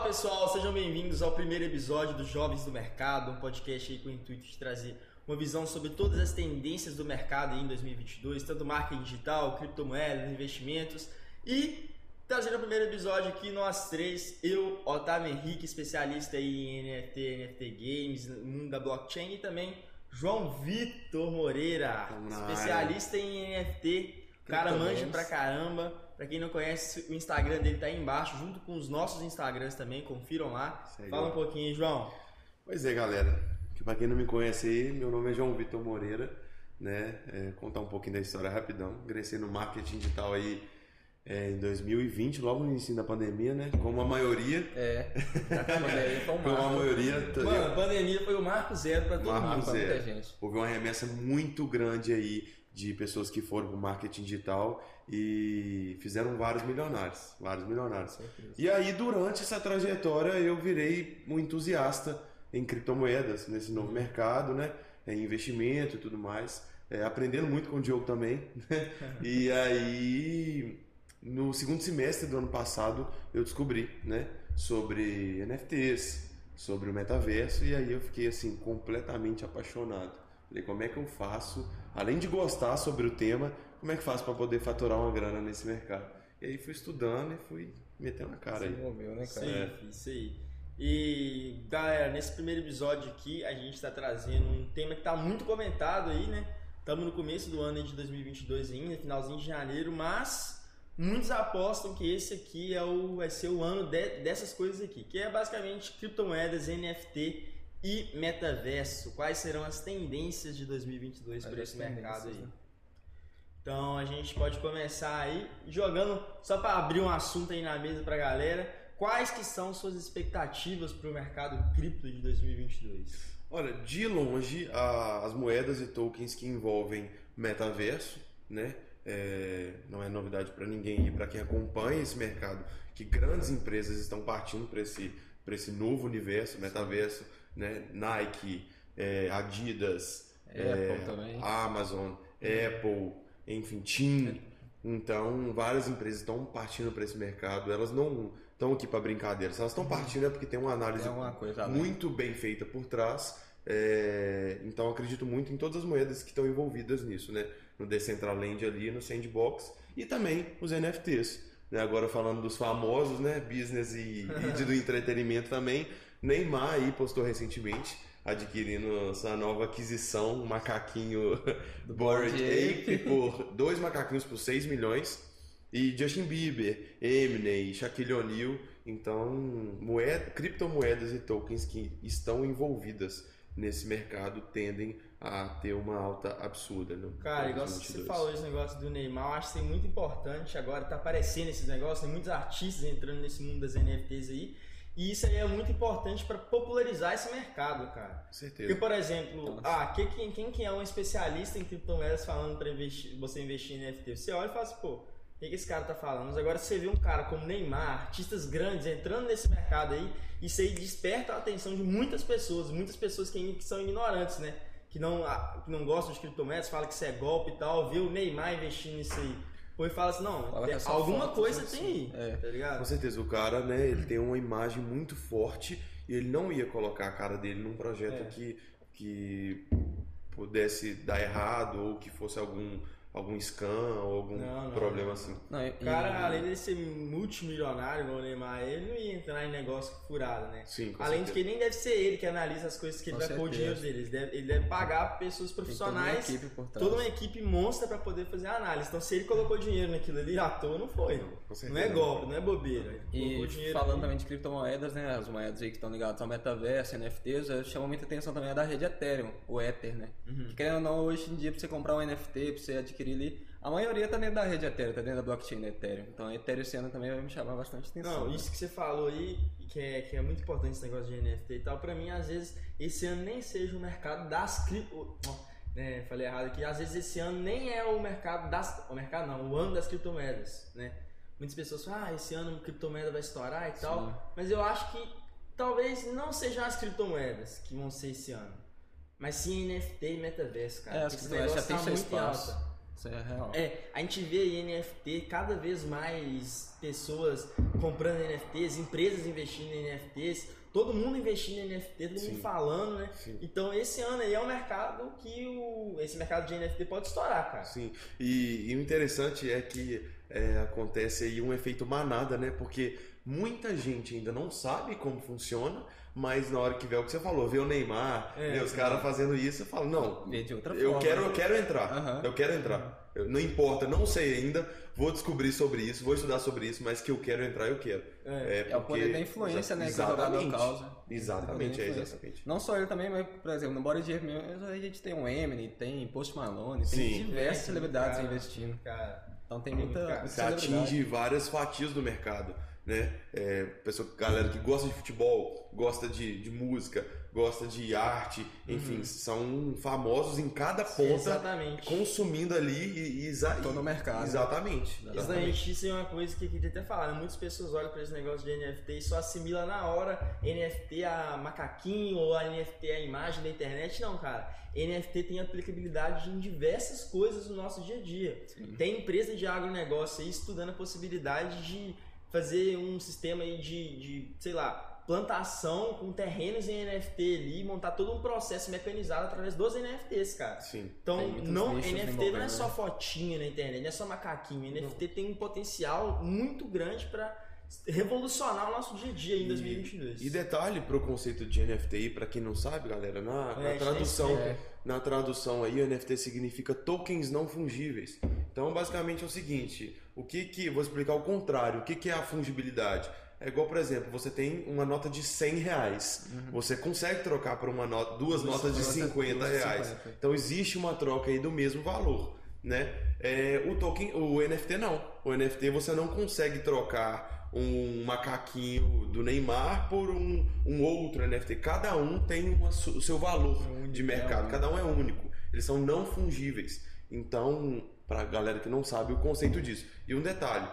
pessoal, sejam bem-vindos ao primeiro episódio dos Jovens do Mercado, um podcast aí com o intuito de trazer uma visão sobre todas as tendências do mercado aí em 2022, tanto marketing digital, criptomoedas, investimentos, e trazendo o primeiro episódio aqui nós três, eu, Otávio Henrique, especialista aí em NFT Games, no mundo da blockchain, e também João Vitor Moreira, especialista em NFT, cara manja pra caramba. Pra quem não conhece, o Instagram dele tá aí embaixo, junto com os nossos Instagrams também, confiram lá. Fala um pouquinho aí, João. Pois é, galera. Pra quem não me conhece aí, meu nome é João Vitor Moreira, né? Contar um pouquinho da história rapidão. Ingressei no marketing digital aí em 2020, logo no início da pandemia, né? Como a maioria. Como a maioria. Mano, a pandemia foi o marco zero pra todo mundo, pra muita gente. Houve uma remessa muito grande aí de pessoas que foram pro marketing digital e fizeram vários milionários. E aí, durante essa trajetória, eu virei um entusiasta em criptomoedas, nesse novo mercado, né? Em investimento e tudo mais. Aprendendo muito com o Diogo também. E aí, no segundo semestre do ano passado, eu descobri, né? Sobre NFTs, sobre o metaverso, e aí eu fiquei assim, completamente apaixonado. Falei, como é que eu faço, além de gostar sobre o tema, como é que faço para poder faturar uma grana nesse mercado? E aí fui estudando e fui metendo a cara aí. Né, cara? Isso aí. E galera, nesse primeiro episódio aqui, a gente está trazendo um tema que está muito comentado aí, né? Estamos no começo do ano de 2022 ainda, finalzinho de janeiro, mas muitos apostam que esse aqui vai ser o ano dessas coisas aqui, que é basicamente criptomoedas, NFT e metaverso. Quais serão as tendências de 2022 para esse mercado aí? Né? Então a gente pode começar aí jogando, só para abrir um assunto aí na mesa para a galera, quais que são suas expectativas para o mercado cripto de 2022? Olha, de longe, as moedas e tokens que envolvem metaverso, né? Não é novidade para ninguém e para quem acompanha esse mercado, que grandes empresas estão partindo para esse novo universo, metaverso, né? Nike, Adidas, Amazon, Apple, enfim, TIM. Então, várias empresas estão partindo para esse mercado. Elas não estão aqui para brincadeira. Se elas estão partindo é porque tem uma análise muito bem feita por trás. Então, acredito muito em todas as moedas que estão envolvidas nisso, né? No Decentraland ali, no Sandbox e também os NFTs. Agora falando dos famosos, né? Business e do entretenimento também. Neymar aí postou recentemente adquirindo sua nova aquisição, um macaquinho do Bored Ape por 2 macaquinhos por 6 milhões. E Justin Bieber, Eminem, Shaquille O'Neal. Então, criptomoedas e tokens que estão envolvidas nesse mercado tendem a ter uma alta absurda. Cara, igual você falou esse negócio do Neymar, eu acho que isso é muito importante. Agora tá aparecendo esses negócios, tem muitos artistas entrando nesse mundo das NFTs aí. E isso aí é muito importante para popularizar esse mercado, cara. Com certeza. Porque, por exemplo, quem que é um especialista em criptomoedas falando para você investir em NFT? Você olha e fala assim, pô, o que esse cara tá falando? Mas agora você vê um cara como Neymar, artistas grandes entrando nesse mercado aí, isso aí desperta a atenção de muitas pessoas que são ignorantes, né? Que não gostam de criptomoedas, falam que isso é golpe e tal, vê o Neymar investindo nisso aí. Ou fala assim, não, alguma coisa tem aí, tá ligado? Com certeza, o cara, né, ele tem uma imagem muito forte e ele não ia colocar a cara dele num projeto que pudesse dar errado ou que fosse algum scam ou algum problema assim. O cara, além de ser multimilionário, igual o Neymar, ele não ia entrar em negócio furado, né? Sim, com além certeza. de que nem deve ser ele que analisa as coisas que ele vai pôr o dinheiro dele. Ele deve pagar pessoas profissionais, toda uma equipe monstra para poder fazer a análise. Então, se ele colocou dinheiro naquilo ali à toa, não foi. Não é golpe, não é bobeira. E falando também de criptomoedas, né? As moedas aí que estão ligadas ao metaverso, NFTs, chama muita atenção também a da rede Ethereum, o Ether, né? Que querendo ou não, hoje em dia, para você comprar um NFT, para você adquirir ali, a maioria tá dentro da rede Ethereum, tá dentro da blockchain da Ethereum. Então a Ethereum esse ano também vai me chamar bastante atenção. Não, isso que você falou aí, que é muito importante esse negócio de NFT e tal, pra mim, às vezes, esse ano nem seja o mercado das cripto... falei errado aqui. Às vezes esse ano nem é o mercado o ano das criptomoedas, né? Muitas pessoas falam, esse ano a criptomoeda vai estourar e tal. Sim. Mas eu acho que talvez não sejam as criptomoedas que vão ser esse ano, mas sim NFT e metaverso, cara. As criptomoedas já tem seu espaço. Isso é real. A gente vê aí NFT cada vez mais pessoas comprando NFTs, empresas investindo em NFTs, todo mundo investindo em NFT, todo mundo falando, né? Sim. Então esse ano aí é um mercado que esse mercado de NFT pode estourar, cara. Sim, e o interessante é que acontece aí um efeito manada, né? Porque muita gente ainda não sabe como funciona, mas na hora que vê o que você falou, vê o Neymar, vê os caras fazendo isso, eu falo, não, de outra eu forma, quero entrar, eu quero entrar. Não importa, não sei ainda, vou descobrir sobre isso, vou estudar sobre isso, mas que eu quero entrar, eu quero. Porque, o poder da influência, né, que o jogador causa. Exatamente, exatamente. Não só ele também, mas, por exemplo, no Body Jeff mesmo, a gente tem o Eminem, tem Post Malone, tem diversas celebridades investindo. Então tem muita você atinge várias fatias do mercado, né? Galera que gosta de futebol, gosta de música, gosta de arte, enfim, são famosos em cada ponta, consumindo ali e todo no mercado. Exatamente. Isso é uma coisa que eu queria até falar, né? Muitas pessoas olham para esse negócio de NFT e só assimila na hora NFT a macaquinho ou a NFT a imagem da internet. Não, cara. NFT tem aplicabilidade em diversas coisas no nosso dia a dia. Sim. Tem empresa de agronegócio aí estudando a possibilidade de fazer um sistema aí de sei lá, plantação com terrenos em NFT ali, montar todo um processo mecanizado através dos NFTs, cara. Sim. Então, NFT não é só fotinha na internet, não é só macaquinho. NFT tem um potencial muito grande para revolucionar o nosso dia a dia em 2022. E detalhe pro conceito de NFT, para quem não sabe, galera, na tradução aí, o NFT significa tokens não fungíveis. Então, basicamente é o seguinte, vou explicar o contrário, o que é a fungibilidade? É igual, por exemplo, você tem uma nota de R$100, você consegue trocar por duas notas de R$50. Então existe uma troca aí do mesmo valor, né? O NFT não. O NFT você não consegue trocar um macaquinho do Neymar por um outro NFT. Cada um tem o seu valor de mercado, cada um é único. Eles são não fungíveis. Então, pra galera que não sabe o conceito disso. E um detalhe,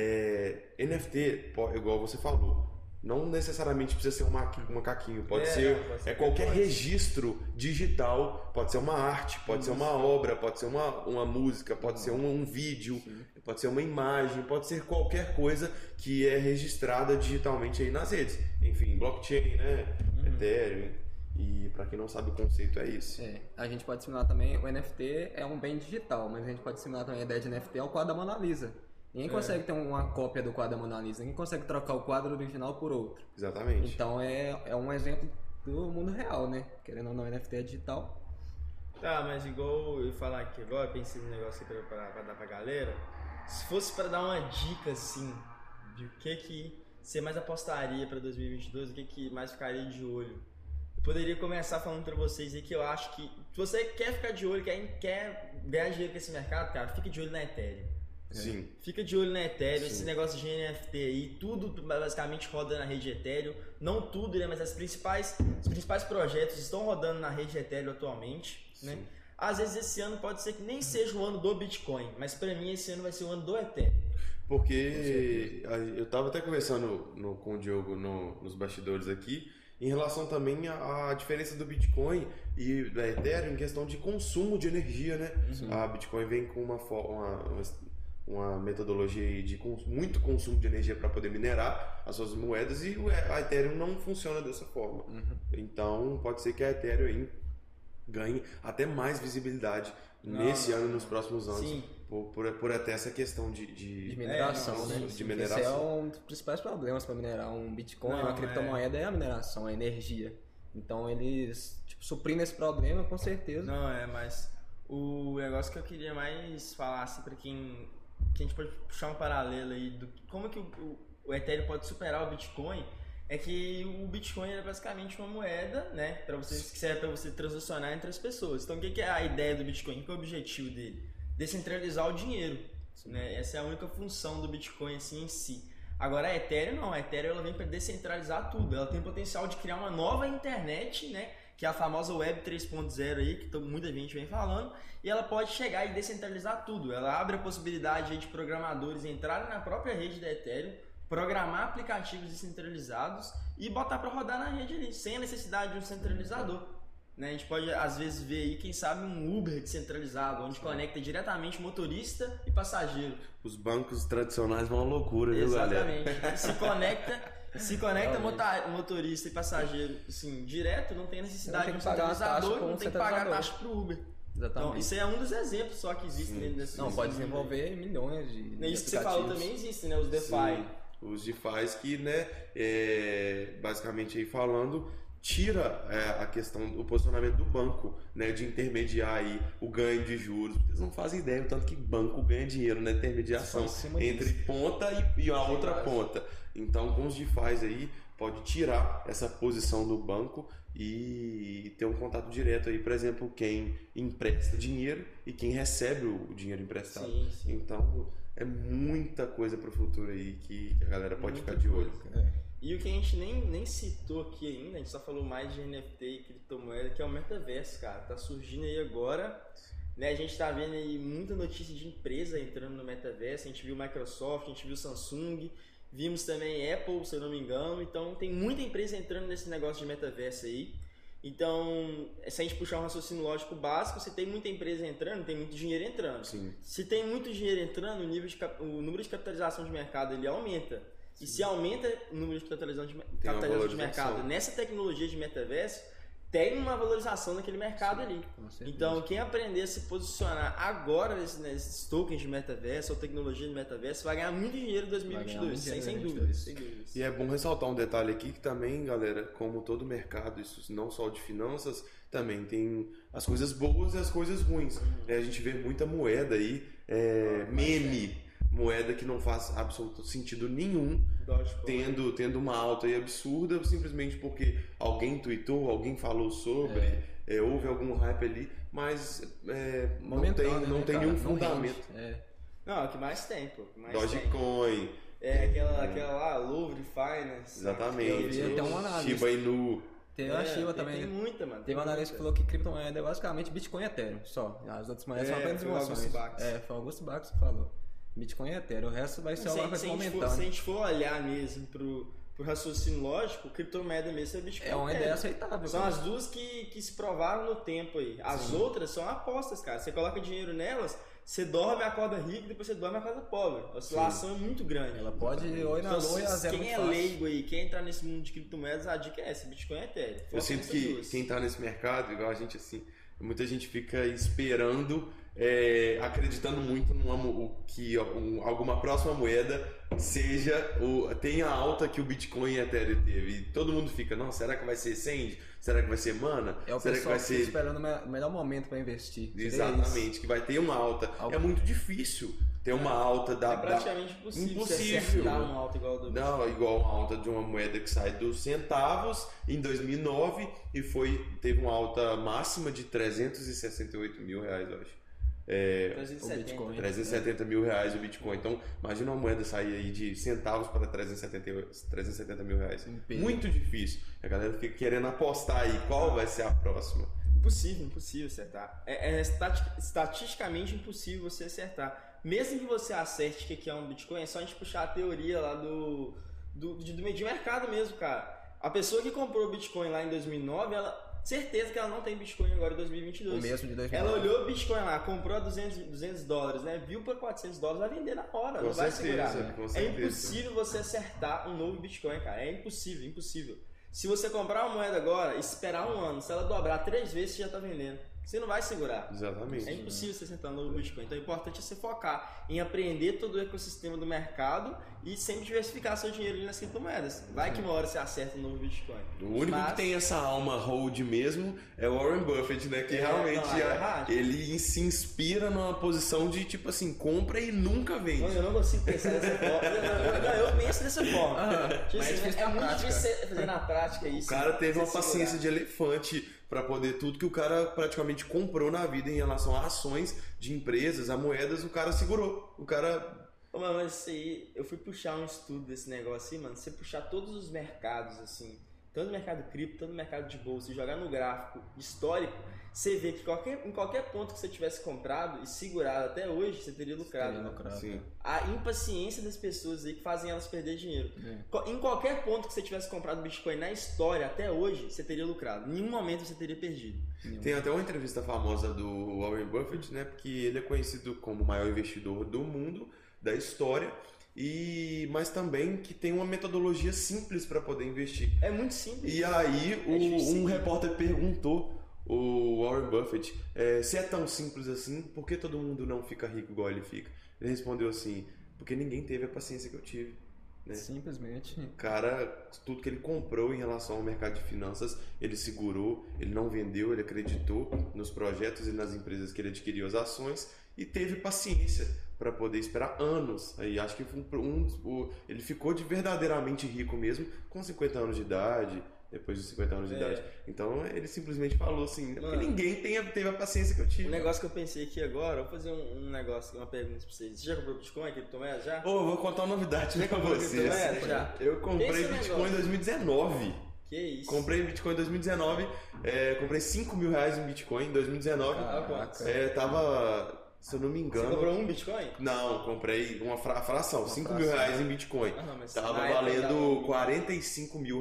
NFT, igual você falou, não necessariamente precisa ser um macaquinho, pode ser qualquer registro digital, pode ser uma arte, pode ser uma obra, pode ser uma música, pode ser um vídeo, pode ser uma imagem, pode ser qualquer coisa que é registrada digitalmente aí nas redes. Enfim, blockchain, né? Ethereum. E para quem não sabe, o conceito é isso. A gente pode simular também, o NFT é um bem digital, mas a gente pode simular também a ideia de NFT é o quadro da Mona Lisa. Ninguém consegue ter uma cópia do quadro da Mona Lisa, ninguém consegue trocar o quadro original por outro. Exatamente. Então é um exemplo do mundo real, né? Querendo ou não, NFT é digital. Tá, mas igual eu falar aqui agora, pensei no negócio aqui pra dar pra galera. Se fosse pra dar uma dica assim, de o que você mais apostaria pra 2022, o que mais ficaria de olho? Eu poderia começar falando pra vocês aí que eu acho que se você quer ficar de olho, quer ganhar dinheiro com esse mercado, cara, fica de olho na Ethereum. Sim. Fica de olho na Ethereum, esse negócio de NFT aí, tudo basicamente roda na rede Ethereum. Não tudo, né, mas os principais projetos estão rodando na rede Ethereum atualmente, né? Às vezes esse ano pode ser que nem seja o ano do Bitcoin, mas pra mim esse ano vai ser o ano do Ethereum. Porque eu tava até conversando com o Diogo nos bastidores aqui, em relação também à diferença do Bitcoin e da Ethereum em questão de consumo de energia, né? A Bitcoin vem com uma metodologia de muito consumo de energia para poder minerar as suas moedas e a Ethereum não funciona dessa forma. Então pode ser que a Ethereum aí ganhe até mais visibilidade nesse ano e nos próximos anos. Sim. Por até essa questão de mineração, né? De mineração. Esse é um dos principais problemas para minerar um Bitcoin, uma criptomoeda, é a mineração, a energia. Então eles suprindo esse problema, com certeza. Não, mas o negócio que eu queria mais falar assim, para quem a gente pode puxar um paralelo aí do como que o Ethereum pode superar o Bitcoin, é que o Bitcoin é basicamente uma moeda, né, que serve para você transacionar entre as pessoas. Então o que é a ideia do Bitcoin? Qual é o objetivo dele? Descentralizar o dinheiro, né? Essa é a única função do Bitcoin assim em si. Agora a Ethereum não, a Ethereum ela vem para descentralizar tudo, ela tem o potencial de criar uma nova internet, né, que é a famosa Web 3.0 aí, que muita gente vem falando, e ela pode chegar e descentralizar tudo. Ela abre a possibilidade aí de programadores entrarem na própria rede da Ethereum, programar aplicativos descentralizados e botar para rodar na rede ali, sem a necessidade de um centralizador. né? A gente pode, às vezes, ver aí, quem sabe, um Uber descentralizado, onde conecta diretamente motorista e passageiro. Os bancos tradicionais vão à loucura, viu, galera? Exatamente. Se conecta motorista e passageiro, assim, direto, não tem necessidade de um centralizador, não tem que pagar a taxa pro Uber. Exatamente. Então, isso é um dos exemplos só que existem dentro desse. Não, pode desenvolver milhões de isso que você falou também existe, né? Os DeFi. Sim, os DeFi que, né, basicamente aí falando, tira a questão, o posicionamento do banco, né, de intermediar aí o ganho de juros. Eles não fazem ideia do tanto que banco ganha dinheiro na intermediação entre ponta e a outra ponta. Então, com os DeFi aí, pode tirar essa posição do banco e ter um contato direto aí, por exemplo, quem empresta dinheiro e quem recebe o dinheiro emprestado. Sim. Então, é muita coisa para o futuro aí que a galera pode ficar de olho. E o que a gente nem citou aqui ainda, a gente só falou mais de NFT e criptomoeda, que é o metaverso, cara. Tá surgindo aí agora, né? A gente tá vendo aí muita notícia de empresa entrando no metaverso. A gente viu Microsoft, a gente viu Samsung, vimos também Apple, se eu não me engano. Então tem muita empresa entrando nesse negócio de metaverso aí. Então, se a gente puxar um raciocínio lógico básico, se tem muita empresa entrando, tem muito dinheiro entrando. Sim. Se tem muito dinheiro entrando, o número de capitalização de mercado ele aumenta. E se aumenta o número de capitalização de mercado nessa tecnologia de metaverso, tem uma valorização naquele mercado ali. Então, quem aprender a se posicionar agora nesses tokens de metaverso ou tecnologia de metaverso vai ganhar muito dinheiro em 2022, sem dúvidas. E é bom ressaltar um detalhe aqui que também, galera, como todo mercado, isso não só de finanças, também tem as coisas boas e as coisas ruins. A gente vê muita moeda aí, meme. Moeda que não faz absoluto sentido nenhum, tendo uma alta aí absurda, simplesmente porque alguém tweetou, alguém falou sobre, houve algum hype ali, mas não tem nenhum fundamento. Não, é o que mais tem, pô. Dogecoin. Aquela lá, Louvre Finance. Exatamente. Tem uma análise. Shiba Inu. Tem a Shiba também. Tem muita, mano. Tem uma análise que falou que criptomoeda é basicamente Bitcoin e Ethereum, só. As outras moedas são apenas emoções. Foi o Augusto Bax que falou. Bitcoin e Ethereum, o resto vai ser uma coisa momentânea. Se a gente for olhar mesmo pro raciocínio lógico, criptomoeda mesmo é Bitcoin. É uma ideia aceitável. São as duas que se provaram no tempo aí. As outras são apostas, cara. Você coloca dinheiro nelas, você dorme, acorda rico, depois você dorme, acorda pobre. A oscilação é muito grande. Ela pode ir na lua e a zero. Quem é leigo aí, quem entrar nesse mundo de criptomoedas, a dica é essa, Bitcoin e Ethereum. Eu sinto que quem tá nesse mercado, igual a gente assim, muita gente fica esperando, acreditando muito que alguma próxima moeda tenha a alta que o Bitcoin e Ethereum teve. E todo mundo fica, não, será que vai ser Sand? Será que vai ser Mana? É o será pessoal que vai ser esperando o melhor momento para investir. Exatamente, que vai ter uma alta. É muito difícil ter uma alta É praticamente impossível. Você acertar uma alta igual do Bitcoin. Não, igual a alta de uma moeda que sai dos centavos em 2009 e teve uma alta máxima de 368 mil reais, eu acho. 370 mil reais o Bitcoin. Então, imagina uma moeda sair aí de centavos para 370 mil reais. Muito difícil. A galera fica querendo apostar aí qual vai ser a próxima. Impossível acertar. É estatisticamente impossível você acertar. Mesmo que você acerte que é um Bitcoin, é só a gente puxar a teoria lá de mercado mesmo, cara. A pessoa que comprou o Bitcoin lá em 2009, certeza que ela não tem Bitcoin agora em 2022. O mesmo de 2009. Ela olhou o Bitcoin lá, comprou a $200, né? Viu por $400, vai vender na hora, não vai segurar. É impossível você acertar um novo Bitcoin, cara. É impossível. Se você comprar uma moeda agora e esperar um ano, se ela dobrar 3 vezes, você já está vendendo. Você não vai segurar. Exatamente. É impossível você acertar um novo Bitcoin. Então, o importante é você focar em aprender todo o ecossistema do mercado e sempre diversificar seu dinheiro ali nas criptomoedas. Vai que uma hora você acerta um novo Bitcoin. O único que tem essa alma hold mesmo é o Warren Buffett, né? Que realmente ele se inspira numa posição de tipo assim, compra e nunca vende. Não, eu não consigo pensar dessa forma. Eu penso dessa forma. É muito difícil fazer na prática isso. O cara teve uma paciência de elefante para poder tudo que o cara praticamente comprou na vida em relação a ações de empresas, a moedas, o cara segurou. Mas isso aí, eu fui puxar um estudo desse negócio aí, mano. Você puxar todos os mercados, assim, tanto no mercado cripto, tanto no mercado de bolsa, e jogar no gráfico histórico, você vê que em qualquer ponto que você tivesse comprado e segurado até hoje, você teria lucrado. Sim. A impaciência das pessoas aí que fazem elas perder dinheiro. Em qualquer ponto que você tivesse comprado Bitcoin na história até hoje, você teria lucrado. Em nenhum momento você teria perdido. Tem até uma entrevista famosa do Warren Buffett, né? Porque ele é conhecido como o maior investidor do mundo, da história, mas também que tem uma metodologia simples para poder investir. É muito simples. E aí um repórter perguntou o Warren Buffett, se é tão simples assim, por que todo mundo não fica rico igual ele fica? Ele respondeu assim, porque ninguém teve a paciência que eu tive. Né? Simplesmente. Cara, tudo que ele comprou em relação ao mercado de finanças, ele segurou, ele não vendeu, ele acreditou nos projetos e nas empresas que ele adquiriu as ações e teve paciência para poder esperar anos. Aí acho que ele ficou verdadeiramente rico mesmo com 50 anos de idade. Depois de 50 anos de idade. Então ele simplesmente falou assim, porque ninguém teve a paciência que eu tive. Um negócio que eu pensei aqui agora, vou fazer uma pergunta pra vocês. Você já comprou Bitcoin, criptomoeda já? Vou contar uma novidade pra vocês. Já? Eu comprei Bitcoin em 2019. Que isso? Comprei Bitcoin em 2019, comprei R$5.000 em Bitcoin em 2019. Tava... Se eu não me engano... Você comprou um Bitcoin? Não, comprei uma fração, R$5.000 em Bitcoin. Tava valendo R$45 mil.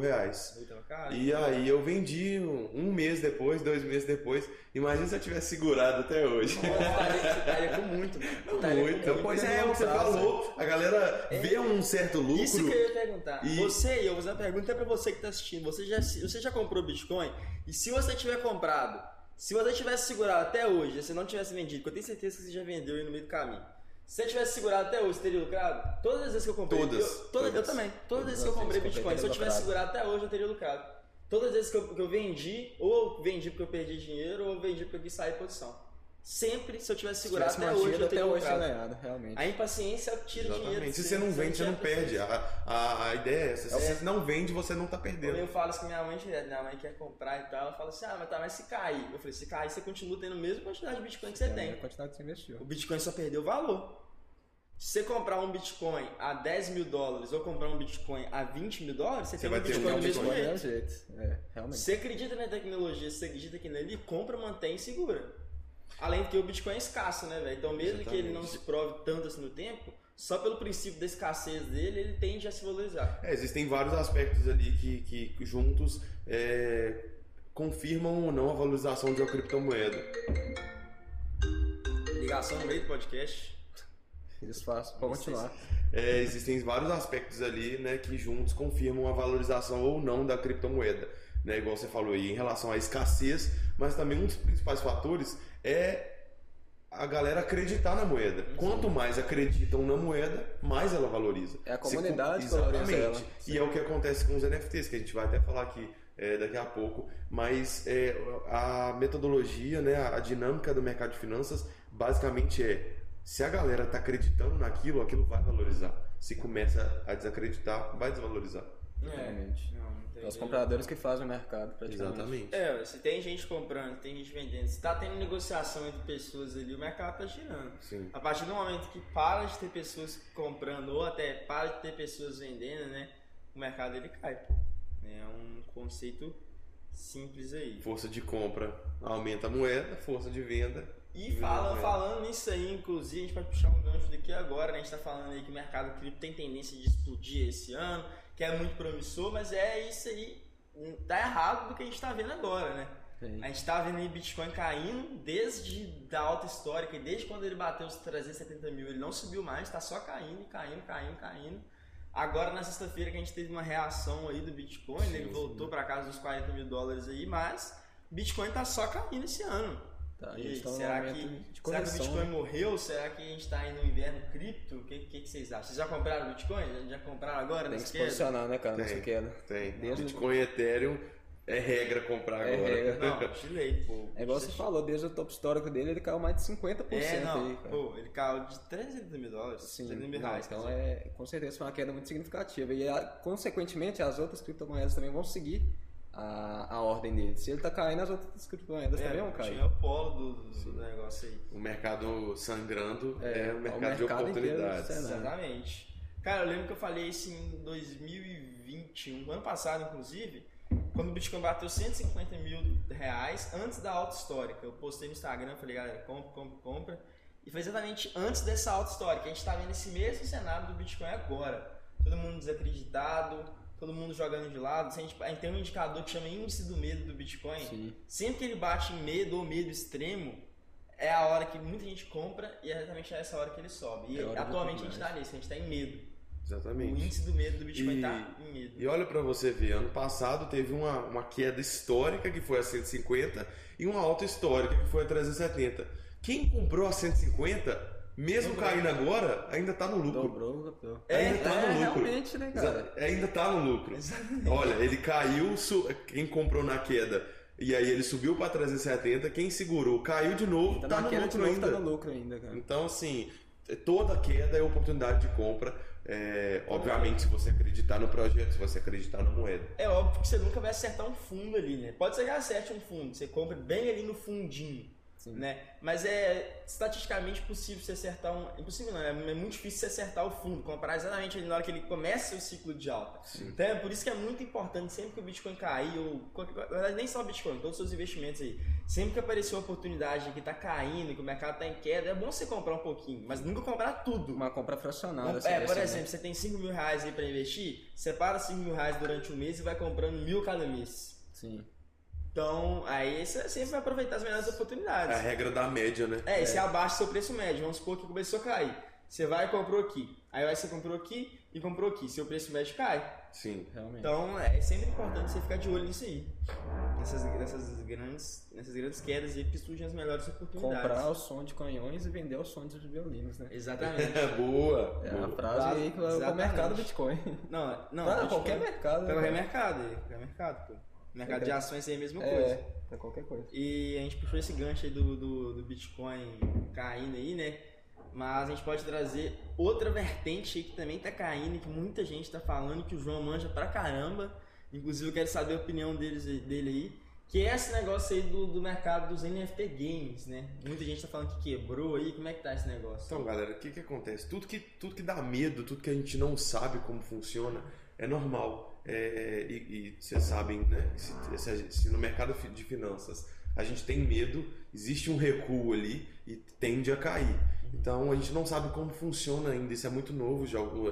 E aí eu vendi um mês depois, 2 meses depois. Imagina se eu tivesse segurado até hoje. Você estaria com muito, mano. Muito. Pois é, o que você falou. A galera vê um certo lucro. Isso que eu ia perguntar. Eu vou fazer uma pergunta pra você que tá assistindo. Você já comprou Bitcoin? E se você tiver comprado, se você tivesse segurado até hoje, se você não tivesse vendido, porque eu tenho certeza que você já vendeu aí no meio do caminho. Se você tivesse segurado até hoje, você teria lucrado? Todas as vezes que eu comprei... Todas. Eu também. Todas as vezes que eu comprei Bitcoin, se eu tivesse segurado até hoje, eu teria lucrado. Todas as vezes que eu vendi, ou eu vendi porque eu perdi dinheiro, ou eu vendi porque eu quis sair de posição. Sempre, se eu tivesse segurado até hoje, eu teria lucrado. Ganhado, realmente. A impaciência tira dinheiro. Se você não vende, você não perde. A ideia é essa. Se você não vende, você não tá perdendo. Eu falo isso com minha mãe direto. Minha mãe quer comprar e tal. Ela fala assim, mas se cair. Eu falei, se cair, você continua tendo a mesma quantidade de Bitcoin que você tem. A quantidade que você investiu. O Bitcoin só perdeu valor. Se você comprar um Bitcoin a $10 mil ou comprar um Bitcoin a $20 mil, você tem um Bitcoin do mesmo jeito. Realmente. Você acredita na tecnologia, você acredita que nele, compra, mantém e segura. Além de que o Bitcoin é escasso, né, velho? Então mesmo que ele não se prove tanto assim no tempo, só pelo princípio da escassez dele, ele tende a se valorizar. Existem vários aspectos ali que juntos confirmam ou não a valorização de uma criptomoeda. Ligação no meio do podcast. Isso fácil, pode continuar. Existem vários aspectos ali, né, que juntos confirmam a valorização ou não da criptomoeda. Né, igual você falou aí, em relação à escassez, mas também um dos principais fatores é a galera acreditar na moeda. Quanto mais acreditam na moeda, mais ela valoriza. É a comunidade que valoriza ela. E é o que acontece com os NFTs, que a gente vai até falar aqui daqui a pouco, mas a metodologia, né, a dinâmica do mercado de finanças, basicamente se a galera está acreditando naquilo, aquilo vai valorizar. Se começa a desacreditar, vai desvalorizar. Realmente. É os compradores que fazem o mercado, praticamente. Exatamente. Se tem gente comprando, tem gente vendendo, se está tendo negociação entre pessoas ali, o mercado está girando. Sim. A partir do momento que para de ter pessoas comprando ou até para de ter pessoas vendendo, né, o mercado ele cai. É um conceito simples aí. Força de compra aumenta a moeda, força de venda. E falando nisso aí, inclusive, a gente pode puxar um gancho daqui agora, né? A gente está falando aí que o mercado cripto tem tendência de explodir esse ano, que é muito promissor, mas é isso aí, tá errado do que a gente está vendo agora, né? Sim. A gente está vendo aí Bitcoin caindo desde a alta histórica, e desde quando ele bateu os 370 mil, ele não subiu mais, está só caindo. Agora na sexta-feira que a gente teve uma reação aí do Bitcoin, ele voltou para casa dos $40 mil aí, mas Bitcoin está só caindo esse ano. Será que o Bitcoin morreu? Será que a gente está aí no inverno cripto? O que vocês acham? Vocês já compraram Bitcoin? Já compraram agora? Tem que se posicionar, né, cara? Nessa queda. Tem. Bitcoin e Ethereum é regra comprar agora. Não, de lei, pô. É igual você falou, desde o topo histórico dele, ele caiu mais de 50% aí, cara. Pô, ele caiu de $300 mil. Sim, então com certeza foi uma queda muito significativa. E, consequentemente, as outras criptomoedas também vão seguir a ordem dele. Se ele tá caindo, as outras criptomoedas também vão cair. É o polo do negócio aí. O mercado sangrando é o mercado de oportunidades. Exatamente. Cara, eu lembro que eu falei isso em 2021, ano passado, inclusive. quando o Bitcoin bateu 150 mil reais, antes da alta histórica. Eu postei no Instagram, falei, galera, compra. E foi exatamente antes dessa alta histórica. A gente tá vendo esse mesmo cenário do Bitcoin agora. Todo mundo desacreditado, todo mundo jogando de lado. A gente tem um indicador que chama índice do medo do Bitcoin. Sim. Sempre que ele bate em medo ou medo extremo, é a hora que muita gente compra e é exatamente essa hora que ele sobe. E atualmente a gente tá nisso, a gente tá em medo. Exatamente. O índice do medo do Bitcoin tá em medo. E olha para você ver, ano passado teve uma queda histórica que foi a 150 e uma alta histórica que foi a 370. Quem comprou a 150, mesmo caindo agora, ainda tá no lucro. Dobrou. Ainda tá no lucro. Realmente, né, cara? Ainda tá no lucro. Exatamente. Olha, ele caiu, quem comprou na queda, e aí ele subiu para 370, quem segurou caiu de novo, tá no lucro ainda. Tá no lucro ainda, cara. Então, assim, toda queda é oportunidade de compra. Obviamente, se você acreditar no projeto, se você acreditar na moeda. É óbvio que você nunca vai acertar um fundo ali, né? Pode ser que acerte um fundo, você compra bem ali no fundinho. Sim. Né? Mas é estatisticamente possível você acertar impossível não, é muito difícil você acertar o fundo, comprar exatamente na hora que ele começa o ciclo de alta. Sim. Então é por isso que é muito importante, sempre que o Bitcoin cair, ou na verdade nem só o Bitcoin, todos os seus investimentos aí, sempre que aparecer uma oportunidade que tá caindo, que o mercado tá em queda, é bom você comprar um pouquinho, mas nunca comprar tudo. Uma compra fracionada. Por exemplo, você tem 5 mil reais aí pra investir, separa 5 mil reais durante um mês e vai comprando 1.000 cada mês. Sim. Então, aí você sempre vai aproveitar as melhores oportunidades. É a regra da média, né? E você abaixa seu preço médio. Vamos supor que começou a cair. Você vai e comprou aqui. Aí você comprou aqui e comprou aqui. Seu preço médio cai. Sim. Realmente. Então, é sempre importante você ficar de olho nisso aí. Nessas grandes quedas e que surgem as melhores oportunidades. Comprar o som de canhões e vender o som de violinos, né? Exatamente. Boa. É a frase aí que vai pro mercado Bitcoin. Não, Pra qualquer mercado. Pra qualquer mercado, pô. Mercado de ações é a mesma coisa. Pra qualquer coisa. E a gente puxou esse gancho aí do Bitcoin caindo aí, né? Mas a gente pode trazer outra vertente aí que também tá caindo, que muita gente tá falando, que o João manja pra caramba. Inclusive eu quero saber a opinião dele aí. Que é esse negócio aí do mercado dos NFT Games, né? Muita gente tá falando que quebrou aí. Como é que tá esse negócio? Então, galera, o que acontece? Tudo que dá medo, tudo que a gente não sabe como funciona, é normal. E vocês sabem, né? Se no mercado de finanças a gente tem medo, existe um recuo ali e tende a cair. Então a gente não sabe como funciona ainda, isso é muito novo,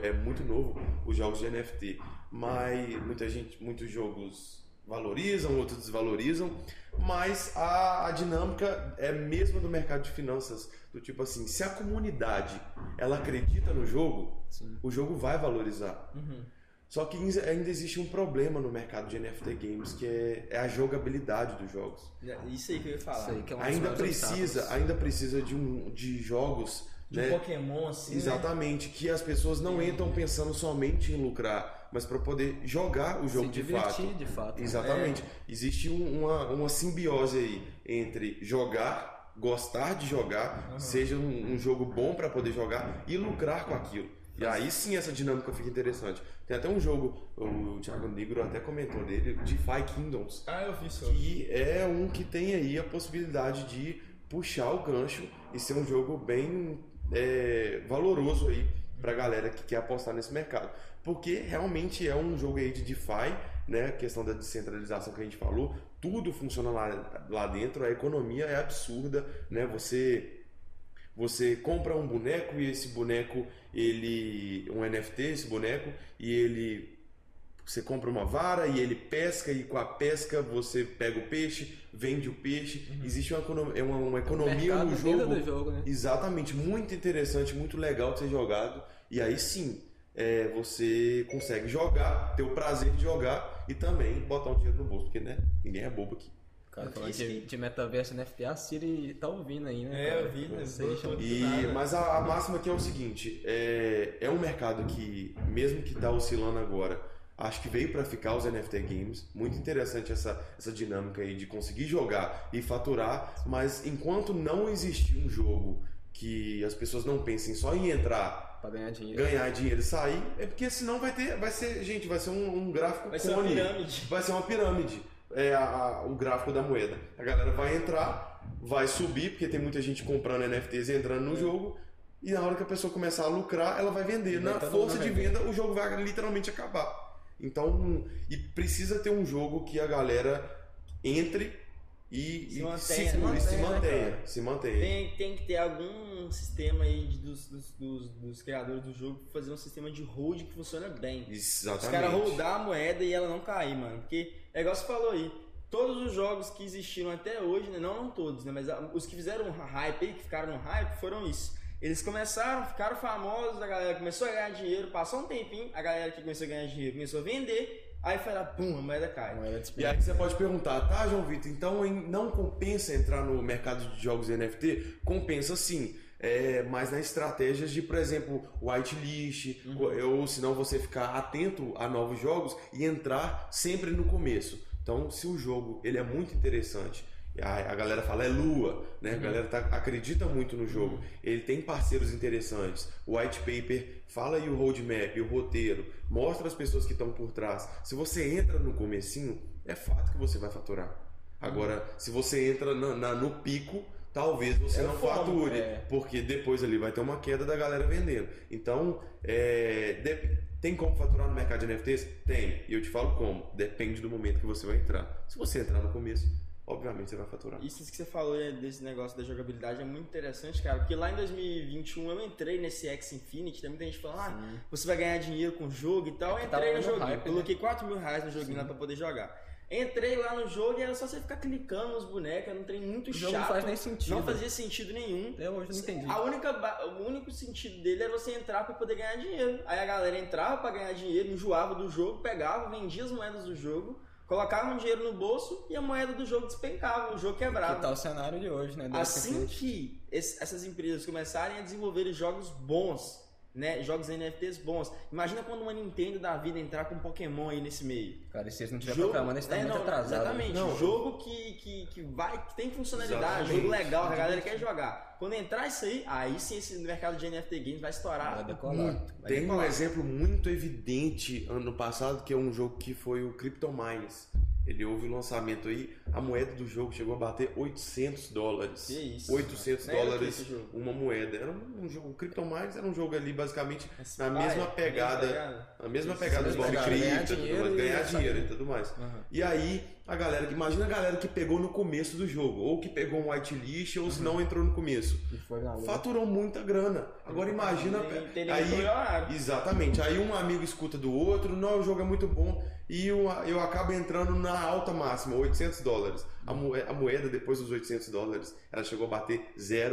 os jogos de NFT. Mas muitos jogos valorizam, outros desvalorizam, mas a dinâmica é a mesma do mercado de finanças, do tipo assim, se a comunidade ela acredita no jogo, sim, o jogo vai valorizar. Uhum. Só que ainda existe um problema no mercado de NFT Games, que é a jogabilidade dos jogos. Isso aí que eu ia falar. Isso aí que é ainda precisa de jogos... De né? Pokémon, assim, exatamente, né? Que as pessoas não entram pensando somente em lucrar, mas para poder jogar o jogo de fato. Exatamente. Existe uma simbiose aí entre jogar, gostar de jogar, seja um jogo bom para poder jogar e lucrar com aquilo. E aí sim essa dinâmica fica interessante. Tem até um jogo, o Thiago Negro até comentou dele, DeFi Kingdoms. Eu vi isso. Que é um que tem aí a possibilidade de puxar o gancho e ser um jogo bem valoroso aí pra galera que quer apostar nesse mercado. Porque realmente é um jogo aí de DeFi, né? A questão da descentralização que a gente falou, tudo funciona lá dentro, a economia é absurda, né? Você compra um boneco e esse boneco, um NFT, esse boneco, e você compra uma vara e ele pesca, e com a pesca você pega o peixe, vende o peixe. Uhum. Existe uma economia no jogo. Do jogo, né? Exatamente, muito interessante, muito legal de ser jogado. E aí sim, você consegue jogar, ter o prazer de jogar e também botar um dinheiro no bolso, porque né, ninguém é bobo aqui. Cara, falando de metaverso NFT, a Siri tá ouvindo aí, né? Eu vi, mas a máxima aqui é o seguinte, é um mercado que, mesmo que tá oscilando agora, acho que veio para ficar os NFT Games. Muito interessante essa dinâmica aí de conseguir jogar e faturar, mas enquanto não existir um jogo que as pessoas não pensem só em entrar para ganhar dinheiro e sair, é porque senão vai ser um gráfico vai ser uma pirâmide. Vai ser uma pirâmide. O gráfico da moeda. A galera vai entrar, vai subir, porque tem muita gente comprando NFTs e entrando no jogo, e na hora que a pessoa começar a lucrar, ela vai vender. Na força de venda, o jogo vai literalmente acabar. Então, e precisa ter um jogo que a galera entre e se mantenha. Tem que ter algum sistema aí dos criadores do jogo pra fazer um sistema de hold que funciona bem. Exatamente. Os caras holdar a moeda e ela não cair, mano. Porque é igual você falou aí, todos os jogos que existiram até hoje, né? Não todos, né? Mas os que fizeram um hype aí, que ficaram no hype, foram isso. Eles começaram, ficaram famosos, a galera começou a ganhar dinheiro, passou um tempinho, a galera que começou a ganhar dinheiro começou a vender. Aí foi lá, pum, a moeda cai. E aí você pode perguntar, tá, João Vitor, então não compensa entrar no mercado de jogos NFT? Compensa sim, mas nas estratégias de, por exemplo, whitelist, ou se não você ficar atento a novos jogos e entrar sempre no começo. Então, se o jogo ele é muito interessante, a galera fala é lua, né? A galera acredita muito no jogo, ele tem parceiros interessantes, o white paper fala aí o roadmap, o roteiro, mostra as pessoas que estão por trás. Se você entra no comecinho, é fato que você vai faturar. Agora, se você entra no pico, talvez você não fature, porque depois ali vai ter uma queda da galera vendendo. Então, tem como faturar no mercado de NFTs? Tem, e eu te falo como, depende do momento que você vai entrar. Se você entrar no começo, obviamente você vai faturar. Isso que você falou desse negócio da jogabilidade é muito interessante, cara, porque lá em 2021 eu entrei nesse X Infinity, tem muita gente falando, você vai ganhar dinheiro com o jogo e tal. Eu entrei no joguinho, hype, coloquei R$4.000 no joguinho lá pra poder jogar. Entrei lá no jogo e era só você ficar clicando nos bonecos, era um trem muito chato. Não faz nem sentido. Não fazia sentido nenhum. Até hoje eu não entendi. O único sentido dele era você entrar pra poder ganhar dinheiro. Aí a galera entrava pra ganhar dinheiro, enjoava do jogo, pegava, vendia as moedas do jogo, colocava um dinheiro no bolso e a moeda do jogo despencava, o jogo quebrava. Que tá o cenário de hoje, né? Assim que essas empresas começarem a desenvolver jogos bons, né? Jogos NFTs bons. Imagina quando uma Nintendo da vida entrar com Pokémon aí nesse meio. Cara, e se eles não tiverem programando, eles estão muito atrasados. Exatamente. Não. Jogo que tem funcionalidade, jogo legal, a galera quer jogar. Quando entrar isso aí sim esse mercado de NFT Games vai estourar. Vai decolar. Tem um exemplo muito evidente ano passado, que é um jogo que foi o CryptoMines. Ele houve o lançamento aí, a moeda do jogo chegou a bater $800. Que isso? $800 uma moeda. Era um jogo, o CryptoMines era um jogo ali basicamente na mesma pegada. A mesma pegada do nome cripto, ganhar dinheiro e tudo mais. E aí, imagina a galera que pegou no começo do jogo, ou que pegou um whitelist, ou se não entrou no começo. Faturou muita grana. Agora imagina. Exatamente. Aí um amigo escuta do outro, não, o jogo é muito bom. E eu acabo entrando na alta máxima, $800. A moeda, depois dos $800, ela chegou a bater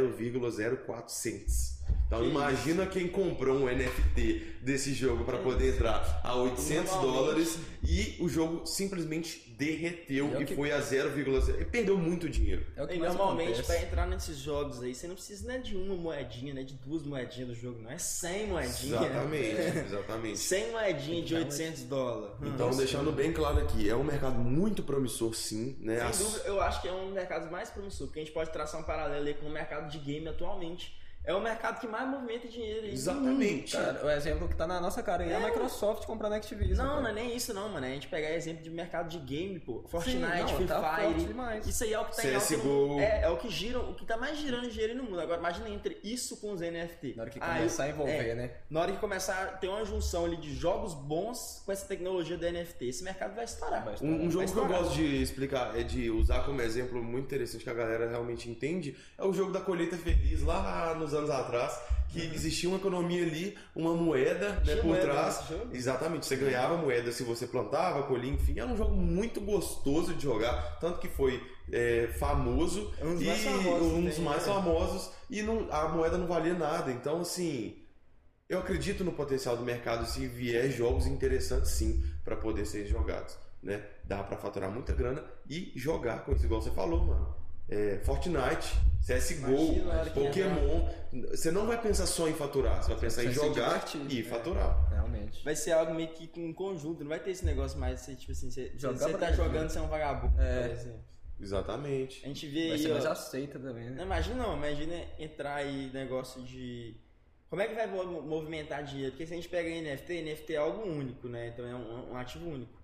0,04 cents. Então imagina quem comprou um NFT desse jogo para poder entrar a $800 e o jogo simplesmente derreteu e foi a 0,0 e perdeu muito dinheiro. Normalmente para entrar nesses jogos aí você não precisa, né, de uma moedinha, né, de duas moedinhas do jogo, não é 100 moedinhas. Exatamente. 100 moedinhas de $800. Então deixando bem claro aqui, é um mercado muito promissor sim, né? Sem dúvida, eu acho que é um dos mercados mais promissor, porque a gente pode traçar um paralelo aí com o mercado de game atualmente. É o mercado que mais movimenta dinheiro aí. Exatamente. Cara, o exemplo que tá na nossa cara aí é a Microsoft comprando a Activision. Não é nem isso não, mano. A gente pegar exemplo de mercado de game, pô. Fortnite, Free Fire. Isso aí é o que tá em alta. CSGO. É o que gira, o que tá mais girando dinheiro no mundo. Agora imagina entre isso com os NFT. Na hora que começar a envolver, né? Na hora que começar a ter uma junção ali de jogos bons com essa tecnologia da NFT, esse mercado vai estourar. Um jogo que eu gosto de explicar, de usar como exemplo muito interessante que a galera realmente entende, é o jogo da colheita feliz lá nos anos atrás, que existia uma economia ali, uma moeda, né, por trás. Exatamente, você ganhava moeda se você plantava, colhia, enfim, era um jogo muito gostoso de jogar, tanto que foi famoso, um dos mais famosos, e a moeda não valia nada. Então, assim, eu acredito no potencial do mercado se vier jogos interessantes sim para poder ser jogados, né? Dá para faturar muita grana e jogar com isso, igual você falou, mano. Fortnite, CSGO, Pokémon. Você não vai pensar só em faturar, você vai pensar em jogar e faturar. Realmente. Vai ser algo meio que um conjunto, não vai ter esse negócio mais, tipo assim, você tá jogando, você é um vagabundo, por exemplo. Exatamente. A gente vê vai ser mais aceita também, né? Não, imagina entrar aí negócio de... Como é que vai movimentar dinheiro? Porque se a gente pega NFT é algo único, né? Então é um ativo único.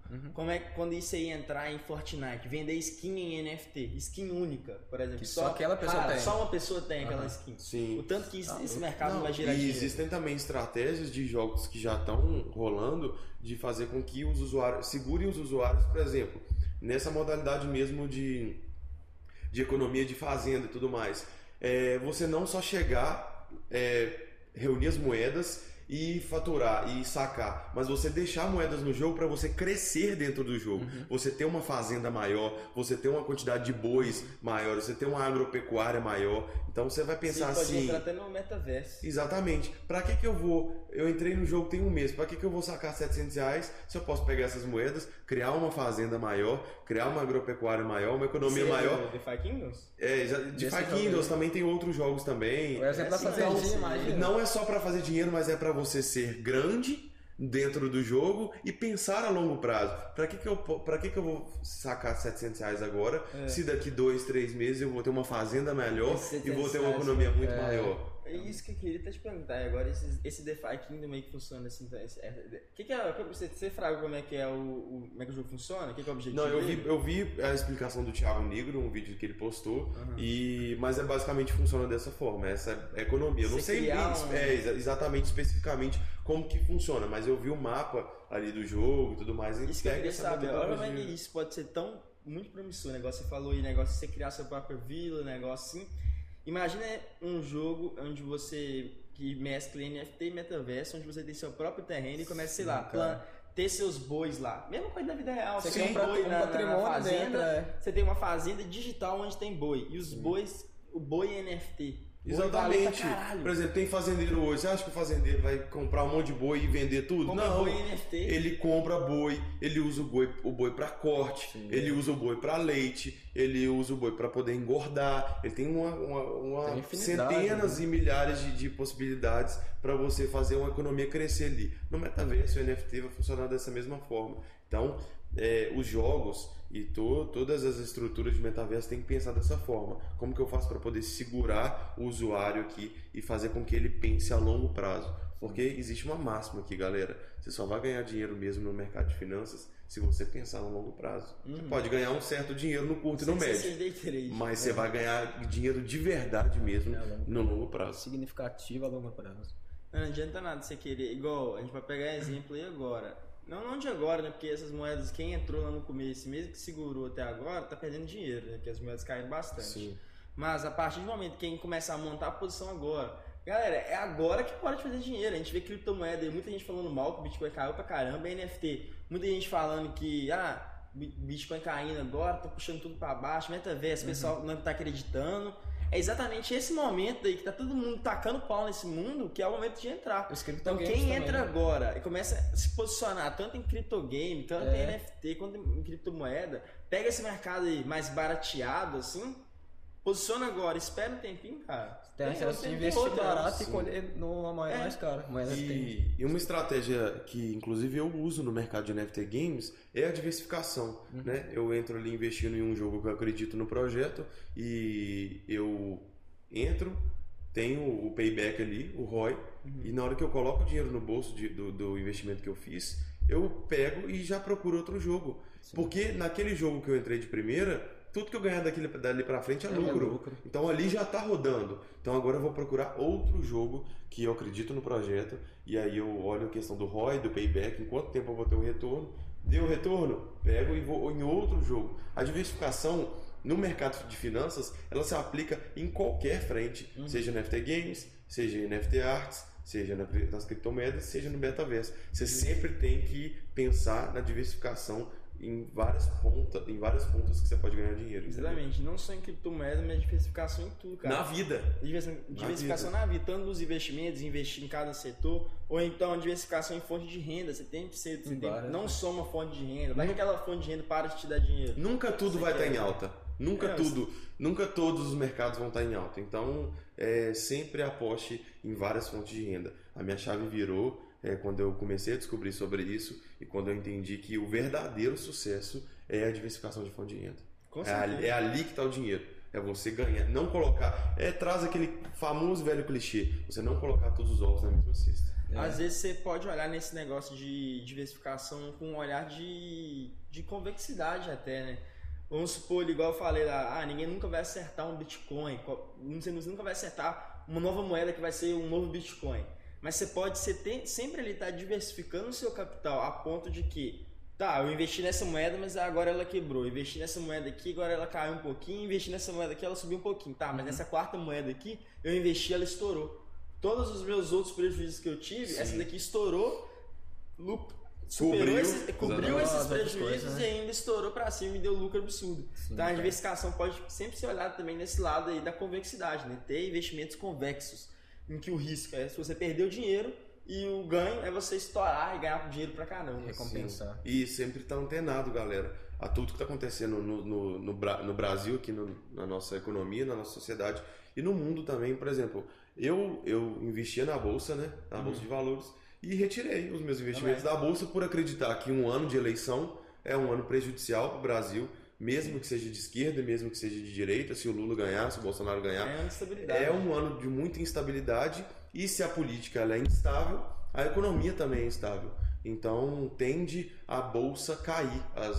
Como é que quando isso aí entrar em Fortnite, vender skin em NFT, skin única, por exemplo, que só aquela pessoa tem. Só uma pessoa tem aquela skin. Sim. O tanto que esse mercado não vai gerar e dinheiro. existem também estratégias de jogos que já estão rolando de fazer com que os usuários segurem os usuários, por exemplo, nessa modalidade mesmo de economia de fazenda e tudo mais. Você não só chegar, reunir as moedas e faturar e sacar, mas você deixar moedas no jogo para você crescer dentro do jogo. Você ter uma fazenda maior, você ter uma quantidade de bois maior, você ter uma agropecuária maior. Então você vai pensar Você assim... pode entrar até no metaverso. Exatamente. Para que eu vou... Eu entrei no jogo tem um mês. Para que eu vou sacar R$700 se eu posso pegar essas moedas, criar uma fazenda maior, criar uma agropecuária maior, uma economia maior? DeFi Kingdoms? DeFi Kingdoms também tem outros jogos também. O exemplo da fazendinha, imagina. Não é só para fazer dinheiro, mas é para você ser grande dentro do jogo e pensar a longo prazo. Para que eu vou sacar R$700 agora se daqui 2, 3 meses eu vou ter uma fazenda melhor e vou ter uma economia muito maior? É isso que eu queria te perguntar. Agora, esse DeFi Kingdom meio que funciona assim. Você fraga como é que é como é que o jogo funciona? O que é o objetivo? Não, eu vi a explicação do Thiago Negro, um vídeo que ele postou, mas basicamente funciona dessa forma. Essa economia. Eu não sei exatamente, especificamente como que funciona, mas eu vi o mapa ali do jogo e tudo mais. Isso que eu queria saber. Olha como é que isso pode ser muito promissor. O negócio que você falou aí, negócio de você criar sua própria vila, negócio assim. Imagina um jogo onde você que mescla NFT e metaverso, onde você tem seu próprio terreno e começa, sei lá, ter seus bois lá. Mesma coisa da vida real. Você tem um boi na fazenda, você tem uma fazenda digital onde tem boi. E os bois, o boi é NFT. Exatamente. Por exemplo, tem fazendeiro hoje. Você acha que o fazendeiro vai comprar um monte de boi e vender tudo? Compra não. Boi NFT. Ele compra boi, ele usa o boi para corte, ele usa o boi para leite, ele usa o boi para poder engordar. Ele tem tem centenas e milhares de possibilidades para você fazer uma economia crescer ali. No metaverso, o NFT vai funcionar dessa mesma forma. Então, os jogos e todas as estruturas de metaverso têm que pensar dessa forma. Como que eu faço para poder segurar o usuário aqui e fazer com que ele pense a longo prazo? Porque existe uma máxima aqui, galera. Você só vai ganhar dinheiro mesmo no mercado de finanças se você pensar no longo prazo. Você pode ganhar um certo dinheiro no curto e no médio, mas você vai ganhar dinheiro de verdade mesmo no longo prazo. Significativo a longo prazo. Não adianta nada você querer, igual a gente vai pegar exemplo aí agora. Não de agora, né? Porque essas moedas, quem entrou lá no começo, mesmo que segurou até agora, tá perdendo dinheiro, né? Porque as moedas caíram bastante. Sim. Mas a partir do momento que quem começar a montar a posição agora, galera, é agora que pode fazer dinheiro. A gente vê criptomoeda e muita gente falando mal que o Bitcoin caiu pra caramba, é NFT. Muita gente falando que, Bitcoin caindo agora, tá puxando tudo pra baixo, metaverso, o pessoal não tá acreditando. É exatamente esse momento aí que tá todo mundo tacando pau nesse mundo que é o momento de entrar. Então quem entra agora e começa a se posicionar tanto em criptogame, tanto em NFT, quanto em criptomoeda, pega esse mercado aí mais barateado assim, posiciona agora, espera um tempinho, cara. Tem a chance de investir barato e colher numa moeda mais cara. E uma estratégia que inclusive eu uso no mercado de NFT Games é a diversificação. Né? Eu entro ali investindo em um jogo que eu acredito no projeto e eu entro, tenho o payback ali, o ROI, e na hora que eu coloco o dinheiro no bolso do investimento que eu fiz, eu pego e já procuro outro jogo. Porque naquele jogo que eu entrei de primeira, tudo que eu ganhar dali pra frente é lucro. Então ali já tá rodando. Então agora eu vou procurar outro jogo que eu acredito no projeto. E aí eu olho a questão do ROI, do payback, em quanto tempo eu vou ter o retorno. Deu o retorno? Pego e vou em outro jogo. A diversificação no mercado de finanças, ela se aplica em qualquer frente. Seja NFT Games, seja NFT Arts, seja nas criptomoedas, seja no metaverso. Você sempre tem que pensar na diversificação em várias pontas que você pode ganhar dinheiro. Exatamente, entendeu? Não só em criptomoeda, mas diversificação em tudo, cara. Na vida. Diversificação na vida, tanto nos investimentos, investir em cada setor, ou então diversificação em fonte de renda. Você tem que ser, não só uma fonte de renda, vai que aquela fonte de renda para de te dar dinheiro. Nunca tudo vai estar em alta. Nunca todos os mercados vão estar em alta. Então, sempre aposte em várias fontes de renda. A minha chave virou quando eu comecei a descobrir sobre isso e quando eu entendi que o verdadeiro sucesso é a diversificação de fonte de renda. É ali que está o dinheiro. É você ganhar, não colocar... traz aquele famoso velho clichê, você não colocar todos os ovos na mesma cesta. Às vezes você pode olhar nesse negócio de diversificação com um olhar de convexidade até, né? Vamos supor, igual eu falei lá, ninguém nunca vai acertar um Bitcoin, você nunca vai acertar uma nova moeda que vai ser um novo Bitcoin. Mas você pode sempre ele estar diversificando o seu capital a ponto de que, eu investi nessa moeda, mas agora ela quebrou. Eu investi nessa moeda aqui, agora ela caiu um pouquinho. Investi nessa moeda aqui, ela subiu um pouquinho. Mas nessa quarta moeda aqui, eu investi, ela estourou. Todos os meus outros prejuízos que eu tive, essa daqui estourou, cobriu esses prejuízos, e ainda estourou para cima e deu lucro absurdo. Então a diversificação pode sempre ser olhada também nesse lado aí da convexidade, né? Ter investimentos convexos, em que o risco é se você perder o dinheiro e o ganho é você estourar e ganhar dinheiro pra caramba. Recompensar. E sempre tá antenado, galera, a tudo que tá acontecendo no Brasil, aqui na nossa economia, na nossa sociedade e no mundo também. Por exemplo, eu investia na Bolsa, né? Na Bolsa de Valores, e retirei os meus investimentos da Bolsa por acreditar que um ano de eleição é um ano prejudicial para o Brasil, mesmo que seja de esquerda, mesmo que seja de direita. Se o Lula ganhar, se o Bolsonaro ganhar, é um ano de muita instabilidade, e se a política ela é instável, a economia também é instável. Então tende a Bolsa cair,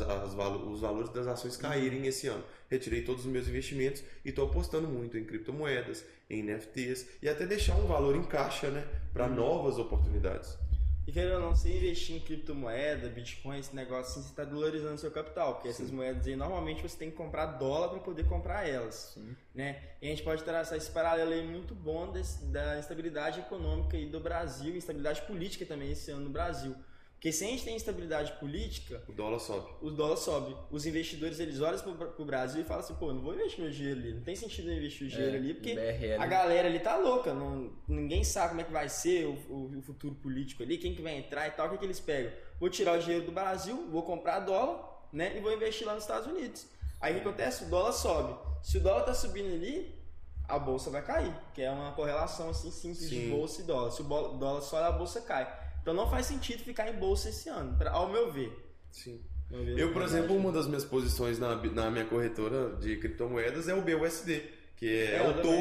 os valores das ações caírem esse ano. Retirei todos os meus investimentos e estou apostando muito em criptomoedas, em NFTs, e até deixar um valor em caixa, né, para novas oportunidades. E querendo ou não, você investir em criptomoeda, Bitcoin, esse negócio assim, você está dolarizando seu capital, porque essas moedas aí, normalmente você tem que comprar dólar para poder comprar elas, né? E a gente pode traçar esse paralelo aí muito bom da instabilidade econômica aí do Brasil, instabilidade política também esse ano no Brasil. Porque se a gente tem instabilidade política, o dólar sobe. Os investidores, eles olham pro Brasil e falam assim, não vou investir meu dinheiro ali, não tem sentido eu investir o dinheiro ali, porque a galera ali tá louca, ninguém sabe como é que vai ser o futuro político ali, quem que vai entrar e tal, o que eles pegam? Vou tirar o dinheiro do Brasil, vou comprar dólar, né, e vou investir lá nos Estados Unidos. Aí o que acontece? O dólar sobe. Se o dólar tá subindo ali, a bolsa vai cair, que é uma correlação assim simples de bolsa e dólar. Se o dólar sobe, a bolsa cai. Então não faz sentido ficar em bolsa esse ano, ao meu ver. Sim. Eu, por exemplo, uma das minhas posições na minha corretora de criptomoedas é o BUSD, que é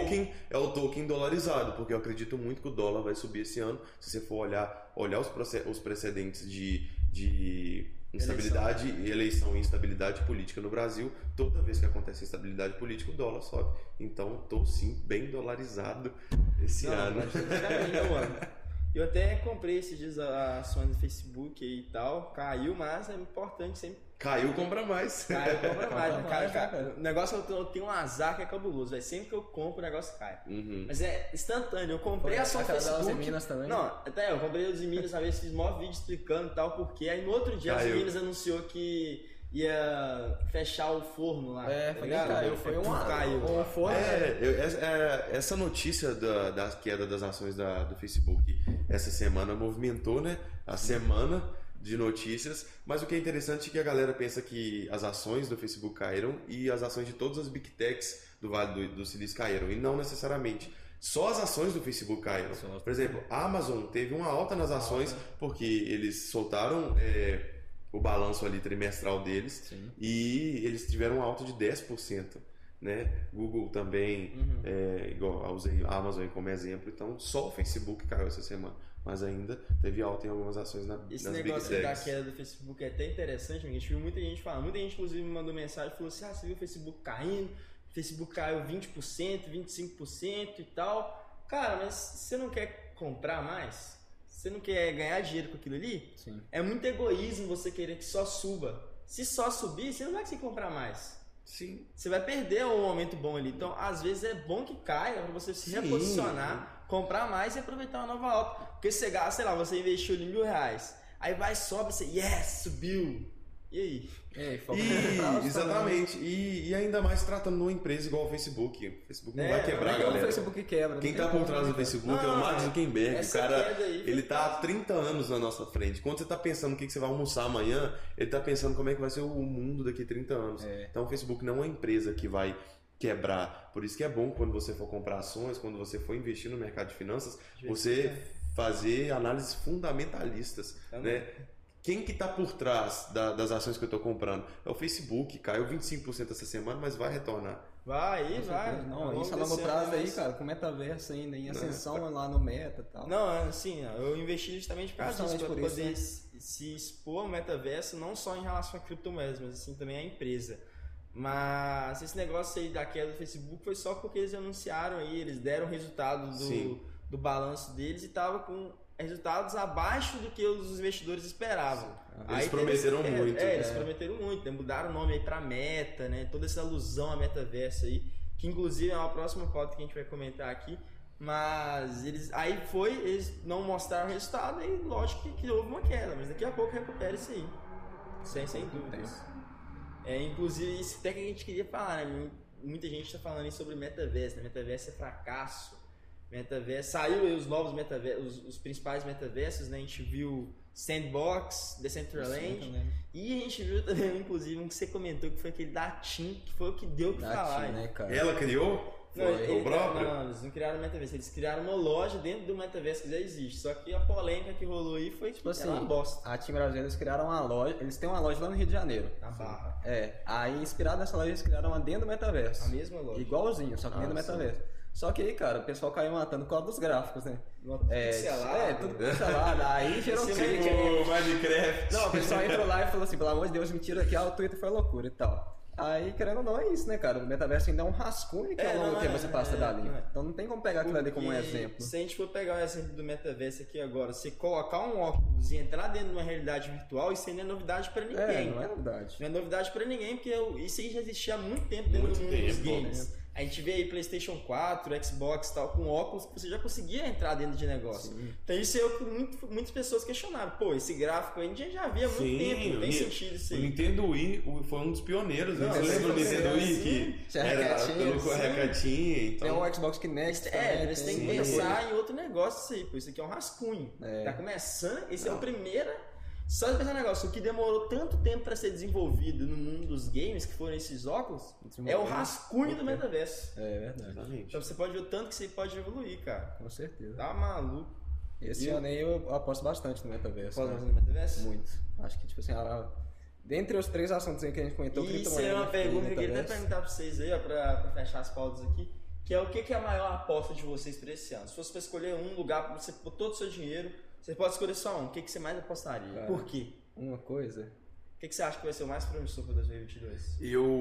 o token dolarizado, porque eu acredito muito que o dólar vai subir esse ano. Se você for olhar os precedentes de instabilidade, eleição e instabilidade política no Brasil, toda vez que acontece instabilidade política, o dólar sobe. Então, estou sim bem dolarizado esse ano. Eu até comprei esses dias as ações do Facebook e tal, caiu, mas é importante sempre... Caiu, compra mais. O negócio, eu tenho um azar que é cabuloso, véio. Sempre que eu compro, o negócio cai. Mas é instantâneo. Eu comprei a ação do Facebook. Em Minas também? Não, até eu comprei os em Minas, uma vez fiz um maior vídeo explicando e tal, porque aí no outro dia as Minas anunciou que ia fechar o forno lá. Foi um forno. Essa notícia da queda das ações do Facebook essa semana movimentou, né, a semana de notícias, mas o que é interessante é que a galera pensa que as ações do Facebook caíram e as ações de todas as Big Techs do Vale do Silício caíram, e não necessariamente. Só as ações do Facebook caíram. Por exemplo, a Amazon teve uma alta nas ações porque eles soltaram o balanço ali trimestral deles, e eles tiveram uma alta de 10%. Né? Google também, igual eu usei a Amazon como exemplo, então só o Facebook caiu essa semana, mas ainda teve alta em algumas ações nas Big Techs. Esse negócio da queda do Facebook é até interessante, a gente viu muita gente falando, muita gente inclusive me mandou mensagem e falou assim, você viu o Facebook caindo, o Facebook caiu 20%, 25% e tal. Cara, mas você não quer comprar mais? Você não quer ganhar dinheiro com aquilo ali? Sim. É muito egoísmo você querer que só suba. Se só subir, você não vai conseguir comprar mais. Sim. Você vai perder um momento bom ali. Então, às vezes é bom que caia para você se reposicionar, comprar mais e aproveitar uma nova alta. Porque você gasta, sei lá, você investiu ali R$1.000. Aí vai, sobe, você, subiu. E aí? Exatamente. E ainda mais tratando numa empresa igual o Facebook. O Facebook não vai quebrar, galera. O Facebook quebra. Quem tá por trás do Facebook é o Mark Zuckerberg. O cara, ele tá há 30 anos na nossa frente. Quando você tá pensando o que você vai almoçar amanhã, ele tá pensando como é que vai ser o mundo daqui a 30 anos. Então o Facebook não é uma empresa que vai quebrar. Por isso que é bom quando você for comprar ações, quando você for investir no mercado de finanças, você fazer análises fundamentalistas, né? Quem que está por trás das ações que eu estou comprando? É o Facebook, caiu 25% essa semana, mas vai retornar. Vai. Não, isso a longo prazo aí, cara, com o metaverso ainda, em ascensão lá no meta e tal. Não, assim, eu investi justamente por causa disso, para poder se expor ao metaverso, não só em relação a criptomoedas, mas assim também a empresa. Mas esse negócio aí da queda do Facebook foi só porque eles anunciaram aí, eles deram o resultado do balanço deles e tava com resultados abaixo do que os investidores esperavam. Eles prometeram muito. Eles prometeram muito, né? Mudaram o nome aí pra Meta, né? Toda essa alusão a metaverso aí, que inclusive é uma próxima pauta que a gente vai comentar aqui. Mas eles não mostraram o resultado e lógico que houve uma queda, mas daqui a pouco recupera isso aí. Sem dúvidas. Inclusive, isso até que a gente queria falar, né? Muita gente está falando aí sobre metaverso, né? Metaverso é fracasso. Metaverso, saiu aí os novos metaversos, os principais metaversos, né? A gente viu Sandbox, Decentraland, e a gente viu também, inclusive, um que você comentou, que foi aquele da TIM, que foi o que deu o que falar. Né, cara? Ela criou? Não, eles não criaram o metaverso, eles criaram uma loja dentro do metaverso que já existe. Só que a polêmica que rolou aí foi tipo assim, uma bosta. A TIM Brasil, eles criaram uma loja, eles têm uma loja lá no Rio de Janeiro. Na Barra. Aí inspirado nessa loja, eles criaram uma dentro do metaverso. A mesma loja. Igualzinho, só que dentro do metaverso. Só que aí, cara, o pessoal caiu matando por causa dos gráficos, né? Tudo pixelado. Aí gerou Minecraft. Não, o pessoal entrou lá e falou assim, pelo amor de Deus, mentira que o Twitter foi loucura e tal. Aí, querendo ou não, é isso, né, cara? O metaverso ainda é um rascunho que ao longo do tempo você passa dali. Então não tem como pegar aquilo ali como um exemplo. Se a gente for pegar o exemplo do metaverso aqui agora, você colocar um óculos e entrar dentro de uma realidade virtual, isso aí não é novidade pra ninguém. Não é novidade. Não é novidade pra ninguém, porque isso aí já existia há muito tempo dentro do mundo dos games. A gente vê aí PlayStation 4, Xbox e tal, com óculos que você já conseguia entrar dentro de negócio. Sim. Então isso é o que muitas pessoas questionaram. Pô, esse gráfico aí a gente já via há muito tempo, não tem sentido isso aí. O Nintendo Wii foi um dos pioneiros. Você lembra do Nintendo Wii que era pelo recatinha? Então... Tem o Xbox Kinect também. Eles têm que pensar em outro negócio isso aí, pô. Isso aqui é um rascunho. Tá começando, esse é o primeiro... Só de pensar um negócio, o que demorou tanto tempo para ser desenvolvido no mundo dos games, que foram esses óculos, é o rascunho do metaverso. É verdade. Então você pode ver o tanto que você pode evoluir, cara. Com certeza. Tá maluco. Esse ano aí eu aposto bastante no metaverso. Aposto bastante no metaverso? Muito. Acho que, tipo assim, dentre os 3 assuntos aí que a gente comentou... Isso é uma pergunta que eu queria até perguntar pra vocês aí, ó, pra fechar as pautas aqui, que é o que é a maior aposta de vocês pra esse ano? Se fosse pra escolher um lugar pra você pôr todo o seu dinheiro, você pode escolher só um. O que você mais apostaria? Cara, por quê? Uma coisa... O que você acha que vai ser o mais promissor para 2022?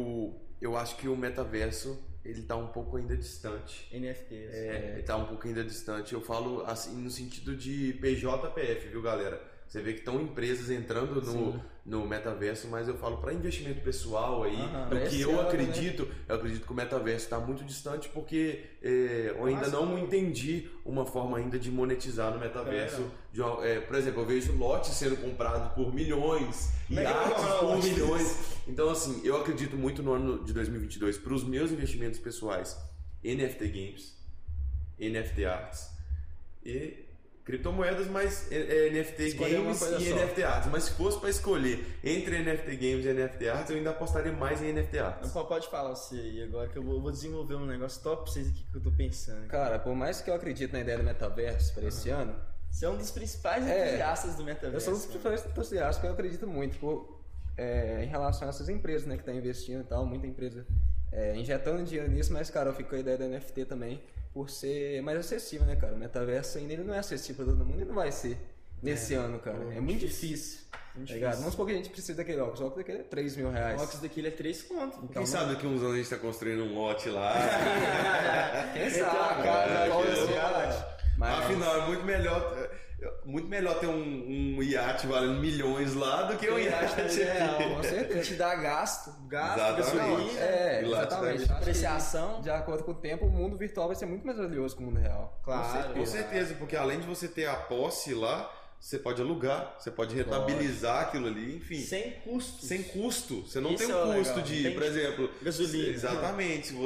Eu acho que o metaverso, ele tá um pouco ainda distante. NFTs. Ele tá um pouco ainda distante. Eu falo assim no sentido de PJPF, viu, galera? Você vê que estão empresas entrando no metaverso, mas eu falo para investimento pessoal aí, do que eu acredito que o metaverso está muito distante porque eu ainda não entendi uma forma ainda de monetizar no metaverso. Por exemplo, eu vejo lotes sendo comprados por milhões, artes por milhões. Então, assim, eu acredito muito no ano de 2022 para os meus investimentos pessoais, NFT Games, NFT Arts e criptomoedas, mas NFT Games e NFT Arts. Mas se fosse para escolher entre NFT Games e NFT Arts, eu ainda apostaria mais em NFT Arts. Pode falar você aí agora, que eu vou desenvolver um negócio top pra vocês aqui que eu tô pensando. Cara, por mais que eu acredite na ideia do metaverso para esse ano... Você é um dos principais entusiastas do metaverso. Eu sou um dos principais entusiastas, porque eu acredito muito em relação a essas empresas, né, que estão investindo e tal, muita empresa injetando dinheiro nisso, mas, cara, eu fico com a ideia da NFT também, por ser mais acessível, né, cara? O metaverso ainda ele não é acessível pra todo mundo e não vai ser nesse ano, cara. É muito difícil. Tá, vamos supor que a gente precisa daquele óculos. O óculos daquele é R$3.000. O óculos daquele é 3 conto. Então, quem sabe daqui uns anos a gente tá construindo um lote lá. Quem sabe? Mas afinal, é muito melhor ter um iate valendo milhões lá do que um iate real. Com certeza. Te dá gasto, gasolina. Exatamente. Apreciação. De acordo com o tempo, o mundo virtual vai ser muito mais valioso que o mundo real. Claro. Com certeza, porque além de você ter a posse lá, você pode alugar, você pode rentabilizar aquilo ali, enfim. Sem custo. Sem custo. Você não tem um custo de, por exemplo... Gasolina. Exatamente. Se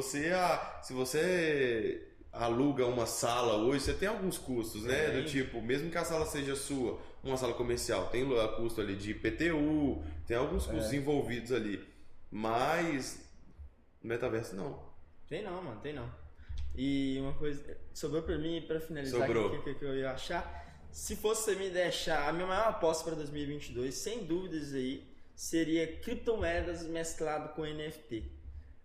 você aluga uma sala hoje, você tem alguns custos, né? Do tipo, mesmo que a sala seja sua, uma sala comercial, tem custo ali de IPTU, tem alguns custos envolvidos ali. Mas no metaverso não. Tem não, mano, tem não. E uma coisa, sobrou pra mim, pra finalizar o que eu ia achar. Se fosse você me deixar, a minha maior aposta para 2022, sem dúvidas aí, seria criptomoedas mesclado com NFT.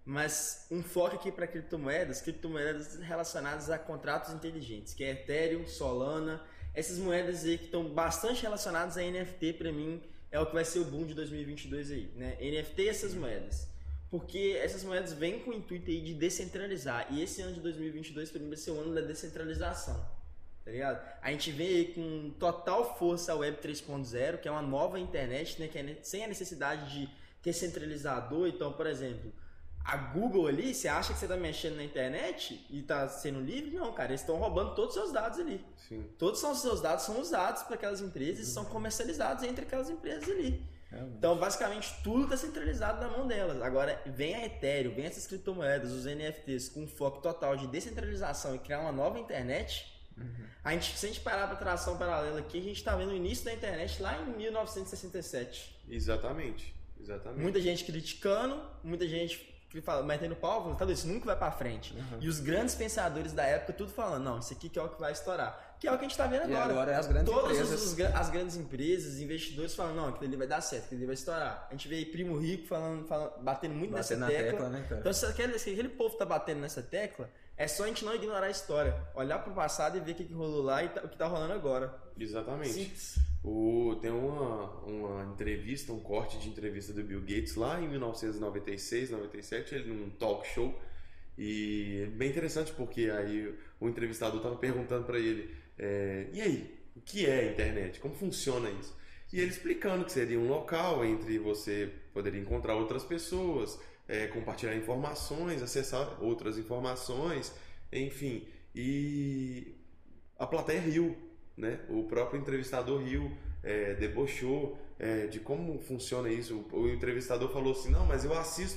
Mas um foco aqui para criptomoedas relacionadas a contratos inteligentes, que é Ethereum, Solana, essas moedas aí que estão bastante relacionadas a NFT, para mim, é o que vai ser o boom de 2022 aí, né? NFT e essas moedas. Porque essas moedas vêm com o intuito aí de descentralizar. E esse ano de 2022 para mim vai ser o ano da descentralização. Tá ligado? A gente vê aí com total força a Web 3.0, que é uma nova internet, né? Que é sem a necessidade de ter centralizador. Então, por exemplo, a Google ali, você acha que você está mexendo na internet e está sendo livre? Não, cara, eles estão roubando todos os seus dados ali. Sim. Todos os seus dados são usados para aquelas empresas e são comercializados entre aquelas empresas ali. Então, basicamente, tudo está centralizado na mão delas. Agora, vem a Ethereum, vem essas criptomoedas, os NFTs, com foco total de descentralização e criar uma nova internet. Se a gente parar para traçar um paralelo aqui, a gente está vendo o início da internet lá em 1967. Exatamente. Muita gente criticando, muita gente metendo pau, falando, isso nunca vai para frente. E os grandes pensadores da época tudo falando, não, isso aqui que é o que vai estourar. Que é o que a gente está vendo agora. E agora é as grandes empresas. As grandes empresas, investidores falando, não, aquilo ali vai dar certo, aquilo ali vai estourar. A gente vê aí Primo Rico batendo muito nessa tecla. Né, cara? Então, se aquele povo tá batendo nessa tecla, é só a gente não ignorar a história. Olhar pro passado e ver o que rolou lá e o que tá rolando agora. Exatamente. Tem uma entrevista, um corte de entrevista do Bill Gates lá em 1996, 97, ele num talk show. E é bem interessante porque aí o entrevistador estava perguntando para ele, e aí, o que é a internet? Como funciona isso? E ele explicando que seria um local entre você poderia encontrar outras pessoas, compartilhar informações, acessar outras informações, enfim. E a plateia riu, né? O próprio entrevistador riu, debochou de como funciona isso. O entrevistador falou assim, não, mas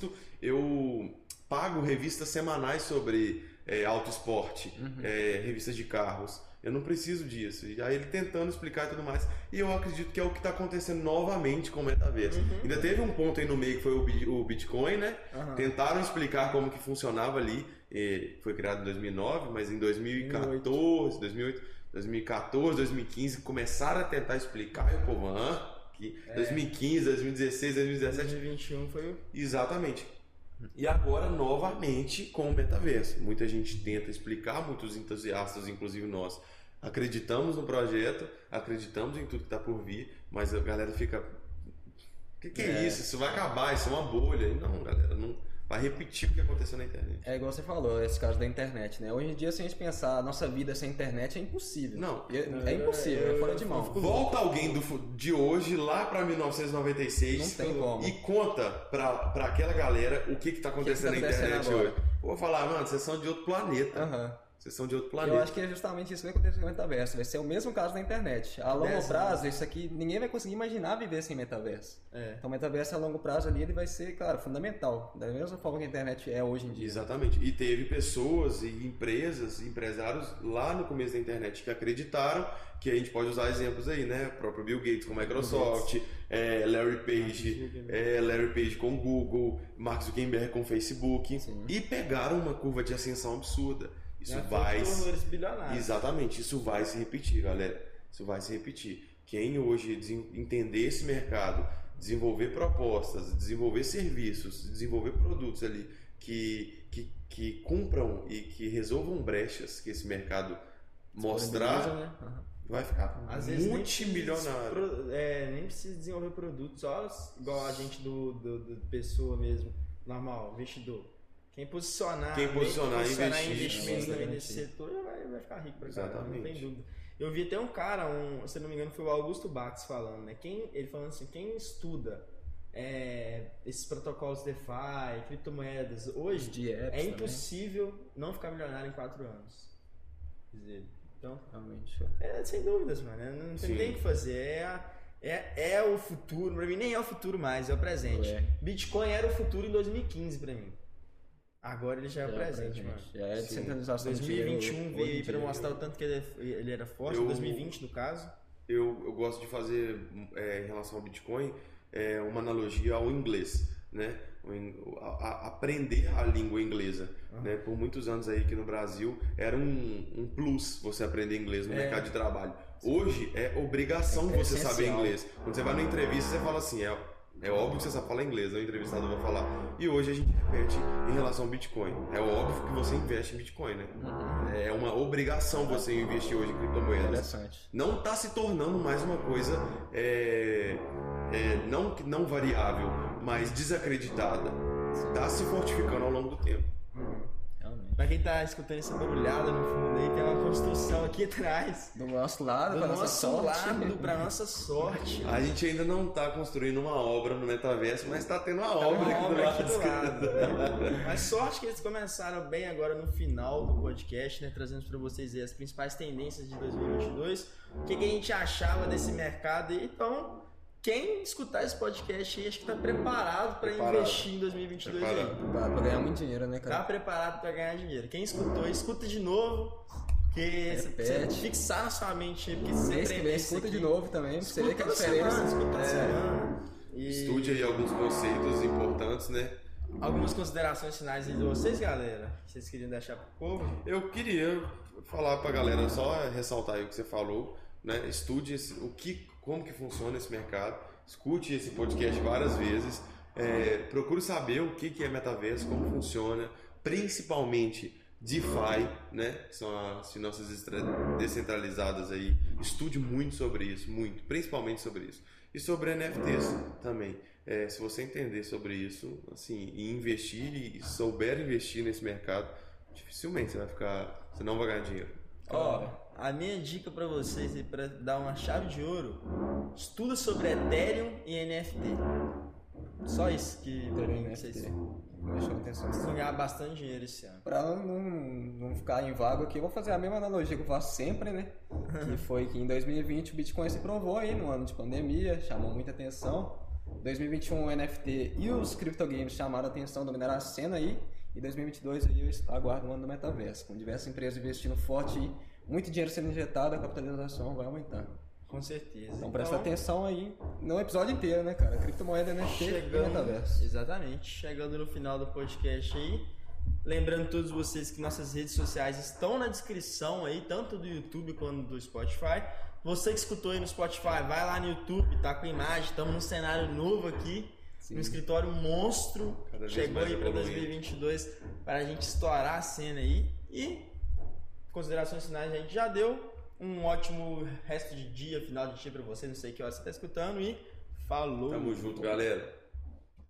eu pago revistas semanais sobre auto esporte, revistas de carros. Eu não preciso disso. E aí ele tentando explicar e tudo mais. E eu acredito que é o que está acontecendo novamente com o metaverso. Ainda teve um ponto aí no meio que foi o Bitcoin, né? Tentaram explicar como que funcionava ali. Foi criado em 2009, mas em 2014, 2015 começaram a tentar explicar. E o povo, 2015, 2016, 2017... 2021 foi o... Exatamente. E agora, novamente, com o metaverso. Muita gente tenta explicar, muitos entusiastas, inclusive nós, acreditamos no projeto, acreditamos em tudo que está por vir, mas a galera fica... O que é isso? Isso vai acabar, isso é uma bolha. Não, galera, não vai repetir o que aconteceu na internet. É igual você falou, esse caso da internet, né? Hoje em dia, se a gente pensar, a nossa vida sem internet é impossível. Não. É impossível, é fora de mão. Volta alguém de hoje lá para 1996 não tem como. E conta para aquela galera o que está acontecendo na internet hoje. Eu vou falar, mano, vocês são de outro planeta. Vocês são de outro planeta. Eu acho que é justamente isso que vai acontecer com o metaverso. Vai ser o mesmo caso da internet. A longo prazo, isso aqui, ninguém vai conseguir imaginar viver sem metaverso. Então o metaverso a longo prazo ali, ele vai ser, claro, fundamental. Da mesma forma que a internet é hoje em dia. Exatamente. E teve pessoas e empresas, empresários lá no começo da internet que acreditaram, que a gente pode usar exemplos aí, né? O próprio Bill Gates com a Microsoft, Larry Page com o Google, Mark Zuckerberg com o Facebook. Sim. E pegaram uma curva de ascensão absurda. Isso bilionários. Exatamente, isso vai se repetir, galera. Isso vai se repetir. Quem hoje entender esse mercado, desenvolver propostas, desenvolver serviços, desenvolver produtos ali que cumpram e que resolvam brechas que esse mercado mostrar, né? vai ficar multimilionário. Nem precisa desenvolver produtos, só igual a gente do pessoa mesmo, normal, investidor. Quem posicionar investimentos também nesse setor vai ficar rico pra caramba, não tem dúvida. Eu vi até um cara, se não me engano foi o Augusto Bax falando, né? Ele falando assim, quem estuda esses protocolos DeFi, criptomoedas, hoje é impossível não ficar milionário em 4 anos. Quer dizer, então, realmente. Sem dúvidas, mano. Não tem nem o que fazer. É o futuro, pra mim nem é o futuro mais, é o presente. Bitcoin era o futuro em 2015 pra mim. Agora ele já é o presente, mano. Já é descentralização. 2021 veio aí pra mostrar o tanto que ele era forte, 2020 no caso. Eu gosto de fazer, em relação ao Bitcoin, uma analogia ao inglês, né? Aprender a língua inglesa. Né? Por muitos anos aí aqui no Brasil era um plus você aprender inglês no mercado de trabalho. Hoje é obrigação você saber inglês. Quando você vai numa entrevista, você fala assim, É óbvio que você sabe falar inglês, o entrevistador vai falar. E hoje a gente repete em relação ao Bitcoin. É óbvio que você investe em Bitcoin, né? É uma obrigação você investir hoje em criptomoedas. Interessante. Não está se tornando mais uma coisa não variável, mas desacreditada. Está se fortificando ao longo do tempo. Pra quem tá escutando essa barulhada no fundo aí, tem uma construção aqui atrás. Do nosso lado, pra nossa sorte. Pra nossa sorte. A gente ainda não tá construindo uma obra no metaverso, mas tá tendo uma obra aqui do lado. Mas sorte que eles começaram bem agora no final do podcast, né? Trazendo pra vocês aí as principais tendências de 2022. O que a gente achava desse mercado aí. Então, quem escutar esse podcast aí, acho que tá preparado para investir em 2022 aí. Pra ganhar muito dinheiro, né, cara? Tá preparado para ganhar dinheiro. Quem escutou, escuta de novo. Porque você fixar na sua mente aí. Porque você escuta de novo também. Você vê que a diferença. Estude aí alguns conceitos importantes, né? Algumas considerações finais aí de vocês, galera. Que vocês queriam deixar pro povo? Eu queria falar pra galera, só ressaltar aí o que você falou, né? Estude como que funciona esse mercado, escute esse podcast várias vezes, procure saber o que é metaverso, como funciona, principalmente DeFi, né? São as finanças descentralizadas aí. Estude muito sobre isso, principalmente sobre isso. E sobre NFTs também. Se você entender sobre isso, assim, e investir e souber investir nesse mercado, dificilmente você não vai ganhar dinheiro. A minha dica pra vocês aí, pra dar uma chave de ouro, estuda sobre Ethereum e NFT. Só isso que vocês vão ganhar bastante dinheiro esse ano. Pra não ficar em vago aqui, eu vou fazer a mesma analogia que eu faço sempre, né? Que foi que em 2020 o Bitcoin se provou aí no ano de pandemia, chamou muita atenção. 2021 o NFT e os criptogames chamaram a atenção, dominaram a cena aí. E 2022 aí eu aguardo o ano do metaverso, com diversas empresas investindo forte e muito dinheiro sendo injetado, a capitalização vai aumentando. Com certeza. Então presta atenção aí no episódio inteiro, né, cara? Criptomoeda, NFT e metaverso. Exatamente. Chegando no final do podcast aí. Lembrando a todos vocês que nossas redes sociais estão na descrição aí, tanto do YouTube quanto do Spotify. Você que escutou aí no Spotify, vai lá no YouTube, tá com imagem, estamos num cenário novo aqui. Sim. Um escritório monstro. Chegou aí para 2022 para a gente estourar a cena aí. E considerações finais a gente já deu. Um ótimo resto de dia, final de dia para você. Não sei que hora você está escutando. E falou! Tamo junto, galera!